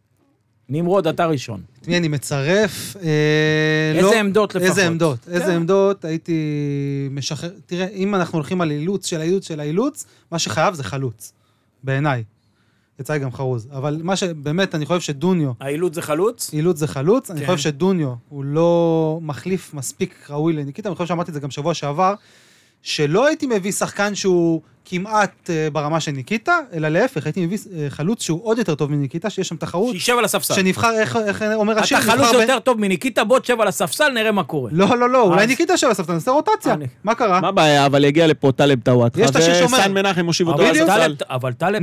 נמרוד, אתה ראשון. את מי אני מצרף? איזה עמדות לפחות? איזה עמדות? איזה עמדות הייתי משחרר... תראה, אם אנחנו הולכים על אילוץ של האילוץ של האילוץ, מה שחייב זה חלוץ, בעיניי. יצא לי גם חרוז. אבל מה שבאמת, אני חושב שדוניו... האילוץ זה חלוץ? אילוץ זה חלוץ. אני חושב שדוניו הוא לא מחליף מספיק ראוי לניקיטה. אני חושב שאמרתי את זה גם שבוע שעבר, שלא הייתי מביא שחקן שהוא כמעט ברמה של ניקיטה, אלא להפך, הייתי מביא חלוץ שהוא עוד יותר טוב מניקיטה, שיש שם תחרות. שישב על הספסל. שנבחר, איך, איך אומר השיר, אתה חלוץ יותר טוב מניקיטה, בוא תשב על הספסל, נראה מה קורה. לא, לא, לא, אולי ניקיטה שב על הספסל, נעשה רוטציה. מה קרה? מה בעיה, אבל יגיע לפה טלב טוואטחה, יש את השיר שאומר. וסן מנחם מושיב אותו על הספסל. אבל טלב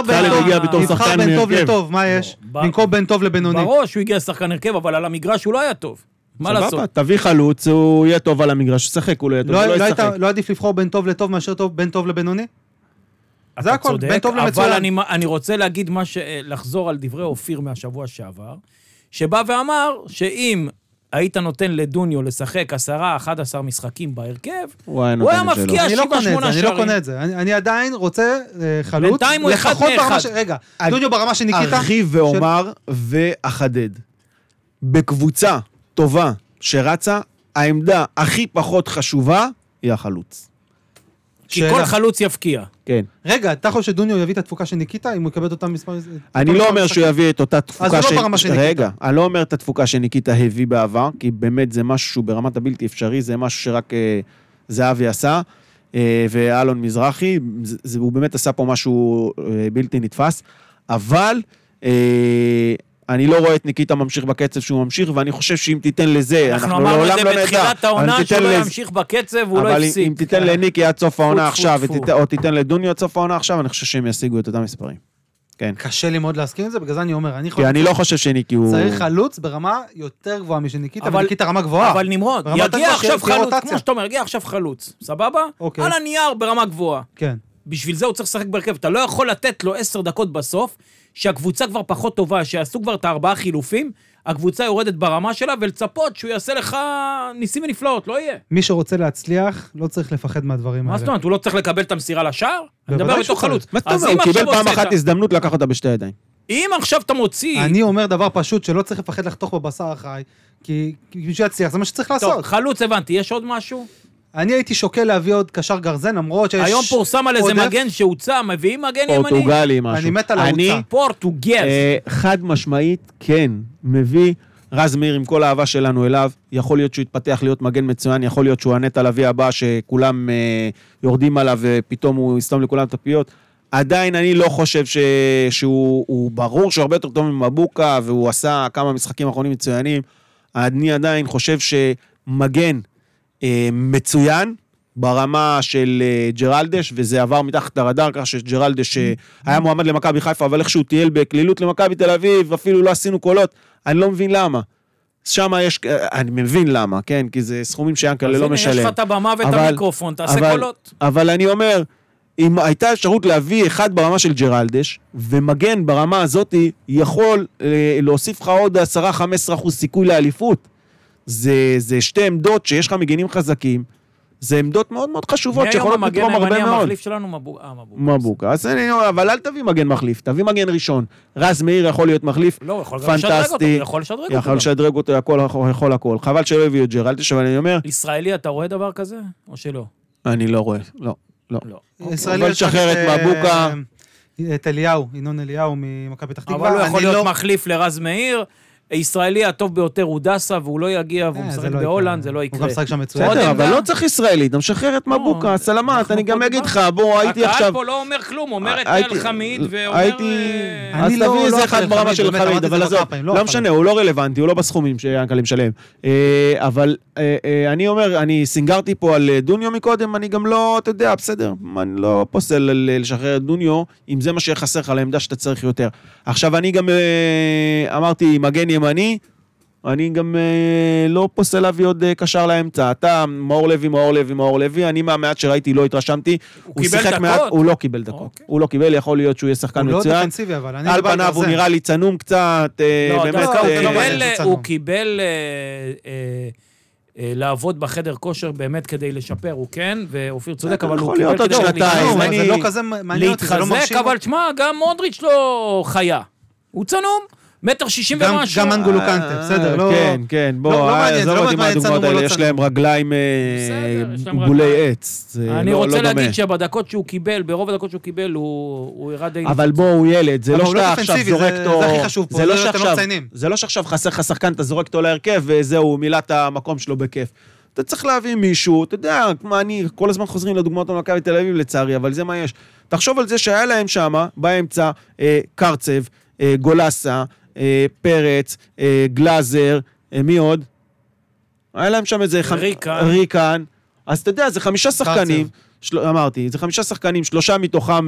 נבחר בין טוב לטוב, מה יש? במקום בין טוב לבינוני. בראש, הוא הגיע לשחקן הרכב, אבל על המגרש הוא לא היה טוב. מה לעשות? תביא חלוץ, הוא יהיה טוב על המגרש, שחק, הוא לא יהיה טוב, הוא לא ישחק. לא עדיף לבחור בין טוב לטוב מאשר בין טוב לבינוני? זה הכל, בין טוב למצוין. אבל אני, אני רוצה להגיד מה ש... לחזור על דברי אופיר מהשבוע שעבר, שבא ואמר שאם היית נותן לדוניו לשחק עשרה, אחד עשר משחקים בהרכב, הוא היה מפקיע שבע שמונה שערים. אני לא קונה את זה, אני עדיין רוצה חלוץ. בינתיים הוא אחד מאחד. רגע, דוניו ברמה של ניקיטה. ארחיב ואומר ואחדד. בקבוצה טובה שרצה, העמדה הכי פחות חשובה היא החלוץ. כי כל חלוץ יפקיע. כן. רגע, אתה חושב שדוניו יביא את התפוקה של ניקיטה, אם הוא יקבל את אותם מספר... אני לא אומר שהוא יביא את אותה תפוקה של... אז הוא לא ברמה של ניקיטה. רגע, אני לא אומר את התפוקה שניקיטה הביא בעבר, כי באמת זה משהו שהוא ברמת הבלתי אפשרי, זה משהו שרק זהבי עשה, ואלון מזרחי, הוא באמת עשה פה משהו בלתי נתפס, אבל... אני לא רואה את ניקיטה ממשיך בקצב שהוא ממשיך, ואני חושב שאם תיתן לזה, אנחנו אמרנו את זה בתחילת העונה, שהוא לא ימשיך בקצב, והוא לא יפסיק. אבל אם תיתן לניקי עד סוף העונה עכשיו, או תיתן לדוניו עד סוף העונה עכשיו, אני חושב שהם ישיגו את אותם מספרים. כן. קשה לי מאוד להסכים עם זה, בגלל זה אני אומר, כי אני לא חושב שניקי הוא... צריך חלוץ ברמה יותר גבוהה משניקיטה, וניקיטה רמה גבוהה. אבל נמרוד, יגיע עכשיו חלוץ, כמו שאתה אומר, יגיע עכשיו חלוץ, סבבה? על הנייר ברמה גבוהה. כן. בשביל זה הוא צריך לשחק בהרכב. אתה לא יכול לתת לו עשר דקות בסוף, שהקבוצה כבר פחות טובה, שיעשו כבר את הארבעה חילופים, הקבוצה יורדת ברמה שלה, ולצפות שהוא יעשה לך ניסים ונפלאות, לא יהיה. מי שרוצה להצליח, לא צריך לפחד מהדברים האלה. מה זאת אומרת? הוא לא צריך לקבל את המסירה לשער? אני מדבר בתוך חלוץ. מה זאת אומרת? הוא קיבל פעם אחת הזדמנות לקחת אותה בשתי ידיים. אם עכשיו אתה מוציא... אני אומר דבר פשוט, שלא צריך לפחד לחתוך בבשר החי, כי בשביל להצליח, זה מה שצריך לעשות. טוב, חלוץ הבנתי, יש עוד משהו? אני הייתי שוקל להביא עוד קשר גרזן, למרות שיש... היום פורסם על איזה מגן שהוצא, מביאים מגן ימני. פורטוגלי משהו. אני מת על ההוצא. פורטוגז. חד משמעית, כן, מביא רז מאיר עם כל האהבה שלנו אליו, יכול להיות שהוא יתפתח להיות מגן מצוין, יכול להיות שהוא הנט הלוי הבא שכולם יורדים עליו ופתאום הוא יסתום לכולם את הפיות. עדיין אני לא חושב ש... שהוא ברור שהוא הרבה יותר טוב ממבוקה, והוא עשה כמה משחקים אחרונים מצוינים. אני עדיין חושב שמגן מצוין, ברמה של ג'רלדש, וזה עבר מתחת לרדאר, כך שג'רלדש היה מועמד למכבי חיפה, אבל איכשהו טייל בכלילות למכבי תל אביב, אפילו לא עשינו קולות, אני לא מבין למה. שם יש, אני מבין למה, כן, כי זה סכומים שיאנקל'ה לא משלם. יש לך את הבמה ואת המיקרופון, תעשה קולות. אבל אני אומר, אם הייתה אפשרות להביא אחד ברמה של ג'רלדש, ומגן ברמה הזאת יכול להוסיף לך עוד עשרה עד חמישה עשר אחוז סיכוי לאליפות. זה, זה שתי עמדות שיש לך מגנים חזקים, זה עמדות מאוד מאוד חשובות שיכולות לתרום הרבה מאוד. המגן המחליף שלנו מבוקה. מבוקה, אז אני אומר, אבל אל תביא מגן מחליף, תביא מגן ראשון. רז מאיר יכול להיות מחליף, לא, יכול לשדרג אותו, יכול לשדרג אותו. יכול לשדרג אותו, יכול הכל. חבל שלא הביאו את ג'רלדש, אבל אני אומר... ישראלי, אתה רואה דבר כזה, או שלא? אני לא רואה, לא, לא. ישראלי לשחרר את מבוקה. את אליהו, ינון אליהו ממכבי פתח תקווה. אבל הוא יכול להיות מחליף לרז מאיר, הישראלי הטוב ביותר הוא דסה, והוא לא יגיע, והוא משחק בהולנד, זה לא יקרה. הוא גם משחק שם מצוין. בסדר, אבל לא צריך ישראלית, אתה משחרר את מבוקה, סלמת, אני גם אגיד לך, בוא, הייתי עכשיו... הקהל פה לא אומר כלום, אומר את אל חמיד, ואומר... אז תביא איזה אחד ברמה של חמיד, אבל עזוב, לא משנה, הוא לא רלוונטי, הוא לא בסכומים שהנקלים משלם. אבל אני אומר, אני סינגרתי פה על דוניו מקודם, אני גם לא, אתה יודע, בסדר, אני לא פוסל לשחרר את דוניו, אם זה מה שיחסר לך לעמדה שאתה צריך יותר. עכשיו, אני גם אמרתי, מגן ימני, אני גם אה, לא פוסל להביא עוד אה, קשר לאמצע. אתה, מאור לוי, מאור לוי, מאור לוי, אני מהמעט שראיתי, לא התרשמתי. הוא, הוא קיבל דקות? מעט, הוא לא קיבל דקות. אוקיי. הוא לא קיבל, יכול להיות שהוא יהיה שחקן מצוין. הוא לא דפנסיבי, אבל אני... על פניו הוא נראה לי צנום קצת, אה, לא, באמת... דווקא אה, הוא, אה, קיבל, אה, הוא קיבל אה, אה, אה, לעבוד בחדר כושר באמת כדי לשפר, הוא כן, ואופיר צודק, אבל הוא קיבל כדי שנתיים. זה לא כזה מעניין אותי, זה לא מרשים. להתחזק, אבל תשמע, גם מודריץ' לא חיה. הוא צנום. מטר שישים ומשהו. גם אנגולו קנטה, בסדר, לא... כן, כן, בוא, עזוב אותי מהדוגמאות האלה, יש להם רגליים בולי עץ. אני רוצה להגיד שבדקות שהוא קיבל, ברוב הדקות שהוא קיבל, הוא הראה די... אבל בוא, הוא ילד, זה לא שאתה עכשיו זורק אותו... זה הכי חשוב פה, זה לא שעכשיו חסר לך שחקן, אתה זורק אותו להרכב, וזהו, מילא את המקום שלו בכיף. אתה צריך להביא מישהו, אתה יודע, כמו אני, כל הזמן חוזרים לדוגמאות על מכבי תל אביב לצערי, אבל זה מה יש. תחשוב על זה שהיה להם שמה, באמצע, קרצב, גולסה, פרץ, גלאזר, מי עוד? היה להם שם איזה... ריקן. ריקן. אז אתה יודע, זה חמישה שחקנים, אמרתי, זה חמישה שחקנים, שלושה מתוכם...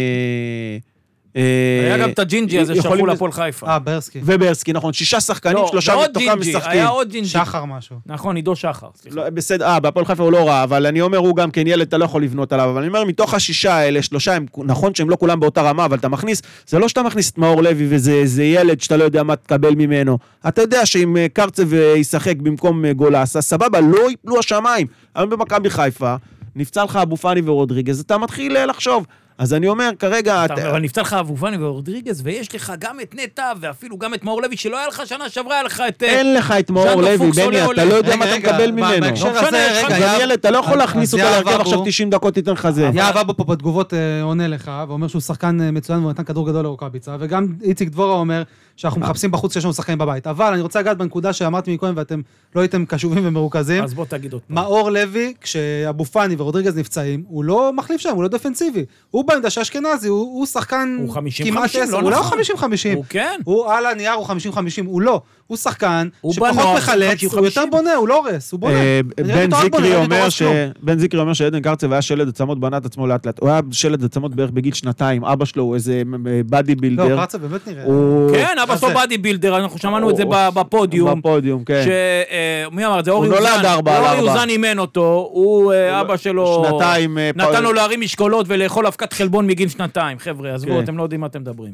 היה גם את הג'ינג'י הזה שרחו לפול חיפה. אה, ברסקי. וברסקי, נכון, שישה שחקנים, שלושה מתוכם משחקים. היה עוד ג'ינג'י. שחר משהו. נכון, עידו שחר. בסדר, אה, בפול חיפה הוא לא רע, אבל אני אומר, הוא גם כן ילד, אתה לא יכול לבנות עליו, אבל אני אומר, מתוך השישה האלה, שלושה, נכון שהם לא כולם באותה רמה, אבל אתה מכניס, זה לא שאתה מכניס את מאור לוי, וזה ילד שאתה לא יודע מה תקבל ממנו. אתה יודע שאם קרצב ישחק במקום גולס, סבבה, לא יפלו השמיים. היום במכבי חיפה, נפצע לך אבו פאני ורודריגז, אתה מתחיל לחשוב. אז אני אומר, כרגע... אבל נפצע לך אבו פאני ורודריגז, ויש לך גם את נטע, ואפילו גם את מאור לוי, שלא היה לך שנה שעברה, היה לך את... אין לך את מאור לוי, בני, אתה לא יודע מה אתה מקבל ממנו. בהקשר הזה, רגע, גם ילד, אתה לא יכול להכניס אותו להרכב עכשיו תשעים דקות, תיתן לך זה. יאב אבו פה בתגובות עונה לך, ואומר שהוא שחקן מצוין, והוא נתן כדור גדול לרוקאביצה, וגם איציק דבורה אומר שאנחנו מחפשים בחוץ שיש לנו שחקנים בבית. אבל אני רוצה לגעת בנקודה שאמרתי מקודם, ואתם לא הייתם קשובים ומרוכזים. אז בוא תגיד אותו. מאור לוי, כשאבו פאני ורודריגז נפצעים, הוא לא מחליף שם, הוא לא דפנסיבי. הוא בעמדה שאשכנזי, הוא, הוא שחקן הוא חמישים חמישים, לא נכון. הוא לא חמישים חמישים. הוא כן. הוא על הנייר, הוא חמישים חמישים, הוא לא. הוא שחקן שפחות מחלץ, הוא יותר בונה, הוא לא הורס, הוא בונה. בן זיקרי אומר שעדן קרצב היה שלד עצמות, בנה את עצמו לאט לאט. הוא היה שלד עצמות בערך בגיל שנתיים, אבא שלו הוא איזה בדי בילדר. לא, קרצב באמת נראה. כן, אבא שלו בדי בילדר, אנחנו שמענו את זה בפודיום. בפודיום, כן. מי אמר את זה? אורי יוזן אימן אותו, הוא אבא שלו נתן לו להרים משקולות ולאכול אבקת חלבון מגיל שנתיים. חבר'ה, עזבו, אתם לא יודעים מה אתם מדברים.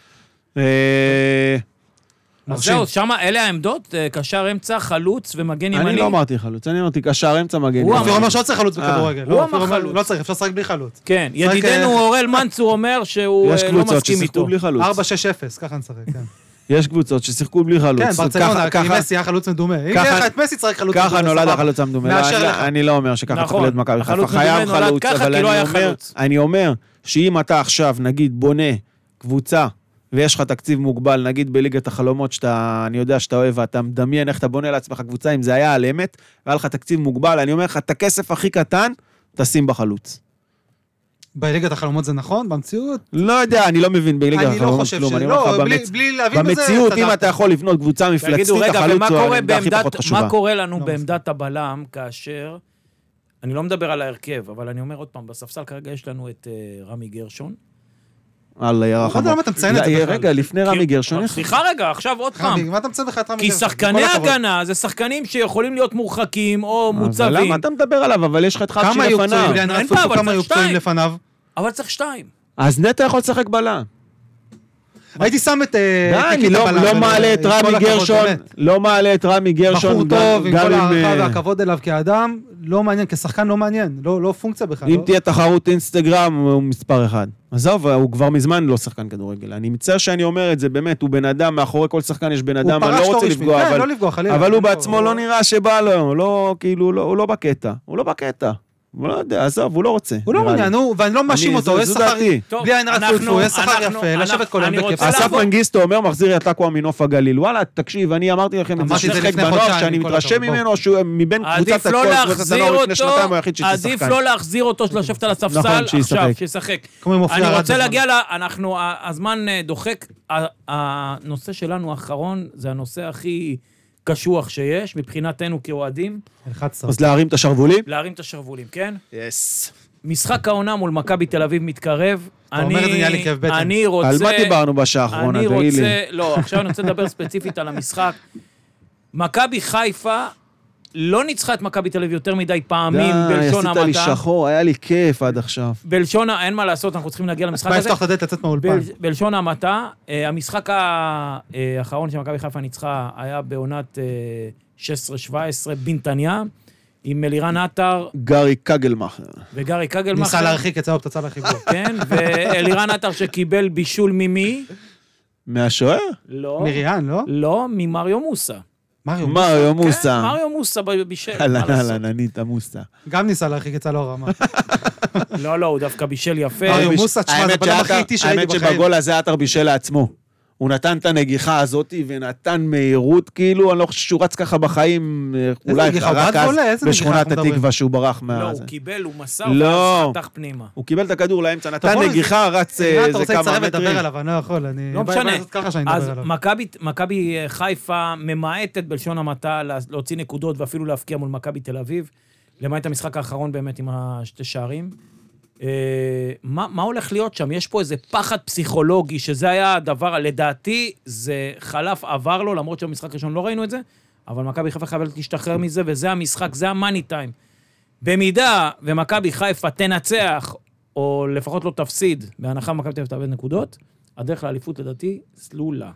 אז זהו, שמה, אלה העמדות, קשר אמצע, חלוץ ומגן ימני. אני לא אמרתי חלוץ, אני אמרתי קשר אמצע, מגן ימני. הוא אפילו אומר שלא צריך חלוץ בכדורגל. הוא אמר חלוץ. לא צריך, אפשר לשחק בלי חלוץ. כן, ידידנו אורל מנצור אומר שהוא לא מסכים איתו. ארבע שש אפס, ככה נשחק, כן. יש קבוצות ששיחקו בלי חלוץ. כן, ברצלונה, כי מסי היה חלוץ מדומה. אם יהיה לך את מסי צריך חלוץ מדומה. ככה נולד החלוץ המדומה. אני לא אומר שככה צריך להיות מכבי חיפה. חייב חלוץ, אבל אני אומר שאם אתה עכשיו, נגיד, בונה קבוצה ויש לך תקציב מוגבל, נגיד בליגת החלומות, שאתה, אני יודע שאתה אוהב, ואתה מדמיין איך אתה בונה לעצמך קבוצה, אם זה היה על אמת, והיה לך תקציב מוגבל, אני אומר לך, את הכסף הכי קטן, תשים בחלוץ. בליגת החלומות זה נכון? במציאות? לא יודע, אני לא מבין בליגת החלומות. אני לא חושב שלא, בלי להבין בזה... במציאות, אם אתה יכול לבנות קבוצה מפלצתית, החלוץ הוא העמדה הכי פחות חשובה. מה קורה לנו בעמדת הבלם, כאשר, אני לא מדבר על ההרכב, אבל אני אומר עוד פעם, בספסל כרגע יש לנו את רמי גרשון, אללה ירחמו. למה אתה מציין את זה בכלל? רגע, לפני רמי גרשון. סליחה רגע, עכשיו עוד פעם. מה אתה מציין לך את רמי גרשון? כי שחקני הגנה זה שחקנים שיכולים להיות מורחקים או מוצבים. למה אתה מדבר עליו? אבל יש לך את חפשי לפניו. כמה היו פצועים לפניו? אבל צריך שתיים. אז נטע יכול לשחק בלם. הייתי שם את... אני לא מעלה את רמי גרשון, לא מעלה את רמי גרשון. בחור טוב, עם כל הערכה והכבוד אליו כאדם, לא מעניין, כשחקן לא מעניין, לא פונקציה בכלל. אם תהיה תחרות אינסטגרם, הוא מספר אחד. עזוב, הוא כבר מזמן לא שחקן כדורגל. אני מצטער שאני אומר את זה, באמת, הוא בן אדם, מאחורי כל שחקן יש בן אדם, אני לא רוצה לפגוע, אבל הוא בעצמו לא נראה שבא לו, לא, כאילו, הוא לא בקטע. הוא לא בקטע. הוא לא יודע, עזוב, הוא לא רוצה. הוא לא מעוניין, ואני לא מאשים אותו, יש שכר, בלי עין רצוי, יש שכר יפה, לשבת כל היום בכיף. אסף מנגיסטו אומר, מחזיר את לקו מנוף הגליל. וואלה, תקשיב, אני אמרתי לכם את זה ששחק בנוף, שאני מתרשם ממנו, מבין קבוצת הכל, עדיף לא להחזיר אותו, לשבת על הספסל, עכשיו, שישחק. אני רוצה להגיע, אנחנו, הזמן דוחק, הנושא שלנו האחרון, זה הנושא הכי קשוח שיש, מבחינתנו כאוהדים. אז להרים את השרבולים? להרים את השרבולים, כן? יס. משחק העונה מול מכבי תל אביב מתקרב. אתה אומר את זה נהיה לי כאב בטן. אני רוצה... על מה דיברנו בשעה האחרונה? אני רוצה... לא, עכשיו אני רוצה לדבר ספציפית על המשחק. מכבי חיפה לא ניצחה את מכבי תל אביב יותר מדי פעמים בלשון המעטה. עשית לי שחור, היה לי כיף עד עכשיו. בלשון, אין מה לעשות, אנחנו צריכים להגיע למשחק הזה. מה לפתוח את הדלת לצאת מהאולפן? בלשון המעטה, המשחק האחרון שמכבי חיפה ניצחה היה בעונת שש עשרה שבע עשרה בנתניה, עם אלירן עטר. גרי קגלמאכר. וגרי קגלמאכר. ניסה להרחיק את צהוב פצצה לחיבור. כן, ואלירן עטר שקיבל בישול ממי? מהשוער? לא. מריאן, לא? לא, ממריו מוסה. מריו מוסה. כן, מריו מוסה בישל. אהלן, אהלן, אני את המוסה. גם ניסה להרחיק את צהוב רמה. לא, לא, הוא דווקא בישל יפה. מריו מוסה, תשמע, זה בדם הכי איטי שהייתי בחיים. האמת שבגול הזה עטר בישל לעצמו. הוא נתן את הנגיחה הזאת, ונתן מהירות, כאילו, אני לא חושב שהוא רץ ככה בחיים, אולי רק אז, בשכונת התקווה שהוא ברח מה... לא, הוא קיבל, הוא מסר, ואז חתך פנימה. הוא קיבל את הכדור לאמצע, נתן נגיחה, רץ זה כמה מטרים. אתה רוצה לצרב לדבר עליו, אני לא יכול, אני... לא משנה. אז מכבי חיפה ממעטת בלשון המעטה להוציא נקודות, ואפילו להפקיע מול מכבי תל אביב, למעט המשחק האחרון באמת עם השתי שערים. מה, מה הולך להיות שם? יש פה איזה פחד פסיכולוגי, שזה היה הדבר, לדעתי, זה חלף עבר לו, למרות שבמשחק ראשון לא ראינו את זה, אבל מכבי חיפה חייבת להשתחרר מזה, וזה המשחק, זה המאני טיים. במידה ומכבי חיפה תנצח, או לפחות לא תפסיד, בהנחה מכבי תל אביב תאבד נקודות, הדרך לאליפות לדעתי סלולה.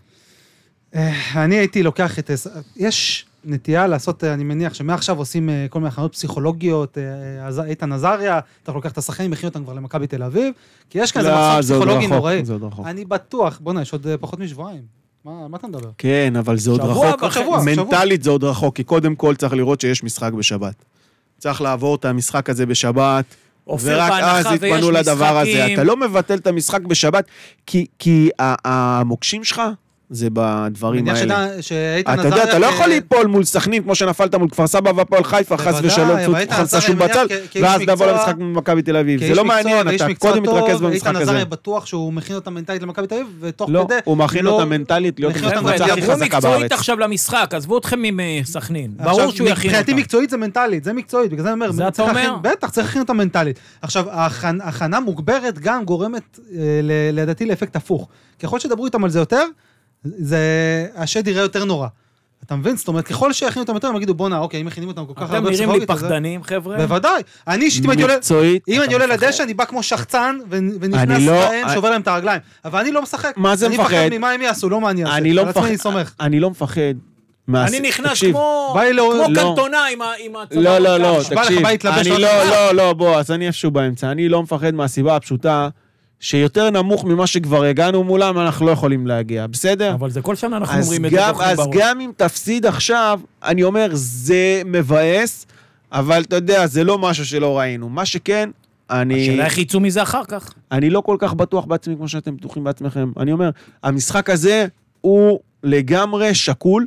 אני הייתי לוקח את... יש נטייה לעשות, אני מניח שמעכשיו עושים כל מיני הכנות פסיכולוגיות, איתן עזריה, אתה לוקח את השחקנים, מכין אותם כבר למכבי תל אביב, כי יש כזה מחסום פסיכולוגי נוראי. אני בטוח, בוא יש עוד פחות משבועיים. מה אתה מדבר? כן, אבל זה עוד רחוק. מנטלית זה עוד רחוק, כי קודם כל צריך לראות שיש משחק בשבת. צריך לעבור את המשחק הזה בשבת, ורק אז התפנו לדבר הזה. אתה לא מבטל את המשחק בשבת, כי המוקשים שלך, זה בדברים האלה. אתה יודע, אתה לא יכול ליפול מול סכנין, כמו שנפלת מול כפר סבא והפועל חיפה, חס ושלום, חלצה שום בצל, ואז תבוא למשחק ממכבי תל אביב. זה לא מעניין, אתה קודם מתרכז במשחק הזה. איתן עזריה בטוח שהוא מכין אותה מנטלית למכבי תל אביב, ותוך כדי... לא, הוא מכין אותה מנטלית להיות קבוצה הכי חזקה בארץ. מקצועית עכשיו למשחק, עזבו אתכם מסכנין. ברור שהוא יכין אותה. מבחינתי מקצועית זה מנטלית, זה מקצועית, בגלל זה אני אומר, זה אתה אומר? בטח, צריך להכין אותה מנטלית. עכשיו, ההכנה מוגברת גם גורמת לדעתי לאפקט הפוך. ככל שדברו איתם על זה יותר, זה, השד יראה יותר נורא. אתה מבין? זאת אומרת, ככל שיכינו אותם יותר, הם יגידו, בונה, אוקיי, אם מכינים אותם כל כך הרבה פסיכולוגית... אתם נראים לי פחדנים, חבר'ה? בוודאי. אני אישית, אם אני עולה לדשא, אני בא כמו שחצן, ונכנס להם, שובר להם את הרגליים. אבל אני לא משחק. מה זה מפחד? אני מפחד ממה הם יעשו, לא מה אני אעשה. אני לא מפחד. אני נכנס כמו קנטונה עם הצבא. לא, לא, לא, תקשיב. לא, לא, לא, בוא, אז אני איפשהו באמצע. אני לא מפחד מהסיבה הפשוטה שיותר נמוך ממה שכבר הגענו מולם, אנחנו לא יכולים להגיע, בסדר? אבל זה כל שנה אנחנו אומרים את זה. אז גם אם תפסיד עכשיו, אני אומר, זה מבאס, אבל אתה יודע, זה לא משהו שלא ראינו. מה שכן, אני... השאלה איך יצאו מזה אחר כך? אני לא כל כך בטוח בעצמי, כמו שאתם בטוחים בעצמכם. אני אומר, המשחק הזה הוא לגמרי שקול,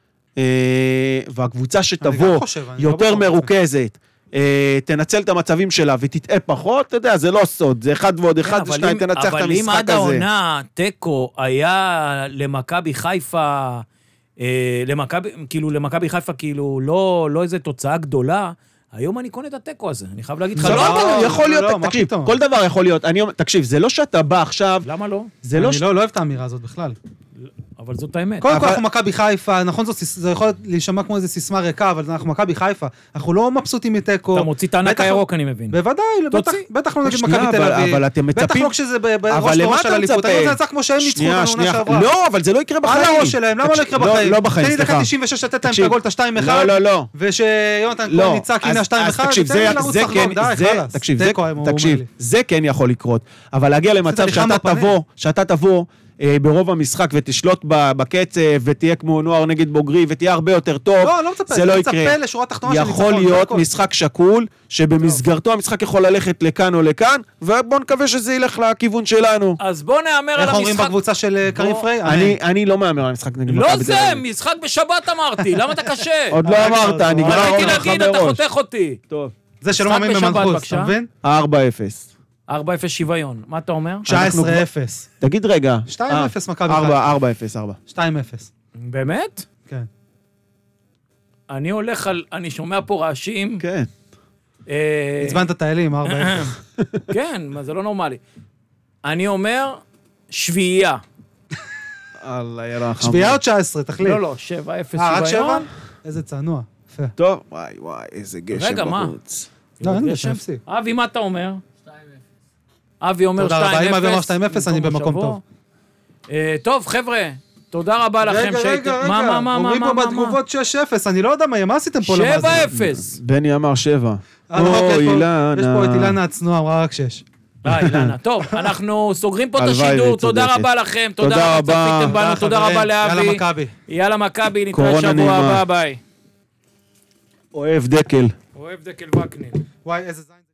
והקבוצה שתבוא יותר מרוכזת, תנצל את המצבים שלה ותטעה פחות, אתה יודע, זה לא סוד, זה אחד ועוד אחד, זה שניים, תנצח את המשחק הזה. אבל אם עד העונה, טקו היה למכבי חיפה, כאילו למכבי חיפה, כאילו לא איזו תוצאה גדולה, היום אני קונה את הטקו הזה, אני חייב להגיד לך. זה לא יכול להיות, תקשיב, כל דבר יכול להיות, תקשיב, זה לא שאתה בא עכשיו... למה לא? אני לא אוהב את האמירה הזאת בכלל. אבל זאת האמת. קודם כל אנחנו מכבי חיפה, נכון, זה יכול להישמע כמו איזו סיסמה ריקה, אבל אנחנו מכבי חיפה, אנחנו לא מבסוטים מטקו. אתה מוציא טענק הירוק, אני מבין. בוודאי, בטח לא נגיד מכבי תל אביב. אבל אתם מצפים... בטח לא כשזה בראש בראש של הליפות. אני רוצה לצח כמו שהם ניצחו בעונה שעברה. לא, אבל זה לא יקרה בחיים. על הראש שלהם, למה לא יקרה בחיים? לא בחיים, תן לי דקה תשעים ושש לתת להם את הגול, את ה-שתיים אחד. לא, לא, לא. ושיונתן כהן ניצק, הנה ה-שתיים אחד. תקשיב, זה כן יכול לקרות. אבל להגיע למצב שאתה תבוא אה, ברוב המשחק ותשלוט ב- בקצב, ותהיה כמו נוער נגד בוגרי, ותהיה הרבה יותר טוב, לא, אני לא מצפה, זה לא אני יקרה. מצפה לשורה תחתונה של יכול ניצחון, זה להיות הכל. משחק שקול, שבמסגרתו המשחק יכול ללכת לכאן או לכאן, ובואו נקווה שזה ילך לכיוון שלנו. אז בוא נאמר על איך אומרים המשחק. בקבוצה של אה, קרים בוא. פריי? אני, אני לא מהמר על משחק נגד לא מכבי תל זה, אביב. משחק בשבת אמרתי, למה אתה קשה? עוד לא אמרת, נגמר רציתי עומר לך להגיד, אתה מראש. חותך אותי. טוב. זה שלא משחק מאמין בשבת, במנחוס, בבקשה. אתה מבין? ארבע אפס. ארבע אפס שוויון, מה אתה אומר? תשע עשרה אפס. תגיד רגע. שתיים אפס מכבי חיפה. ארבע, ארבע אפס, ארבע. שתיים אפס. באמת? כן. אני הולך על, אני שומע פה רעשים. כן. אה, עצבנת את האלים, ארבע אפס. כן, מה, זה לא נורמלי. אני אומר, שביעייה. אללה ירחם. שביעה או תשע עשרה, תחליט. לא, לא, שבע אפס אה, רק שבע? שוויון. איזה צנוע. יפה. טוב, וואי וואי, איזה גשם רגע, מה? בחוץ. לא, אין גשם. גשם. אבי, מה אתה אומר? שתיים אפס. אבי אומר תודה שתיים אפס. רבה, אם אבי אומר שתיים אפס, אני במקום טוב. אה, טוב, חבר'ה, תודה רבה לכם רגע, שהייתם... רגע, רגע. מה, מה, מה, אומרים מה, פה מה, בתגובות שש אפס, אני לא יודע מה, מה עשיתם פה למאזינים? שבע אפס. בני אמר שבע. אה, לא, יש או, פה- אילנה. יש פה את אילנה הצנועה, אמרה רק שש. אה, אילנה. טוב, אנחנו סוגרים פה את הלוואי השידור, והיא תודה צודקת. רבה לכם, תודה תודה רבה רבה. צפיתם בנו, תודה רבה חברים, לאבי. יאללה מכבי. יאללה מכבי, נתראה קורונה שבוע נעימה. הבא, ביי. אוהב דקל. אוהב דקל וקנין. וואי, איזה זין זה.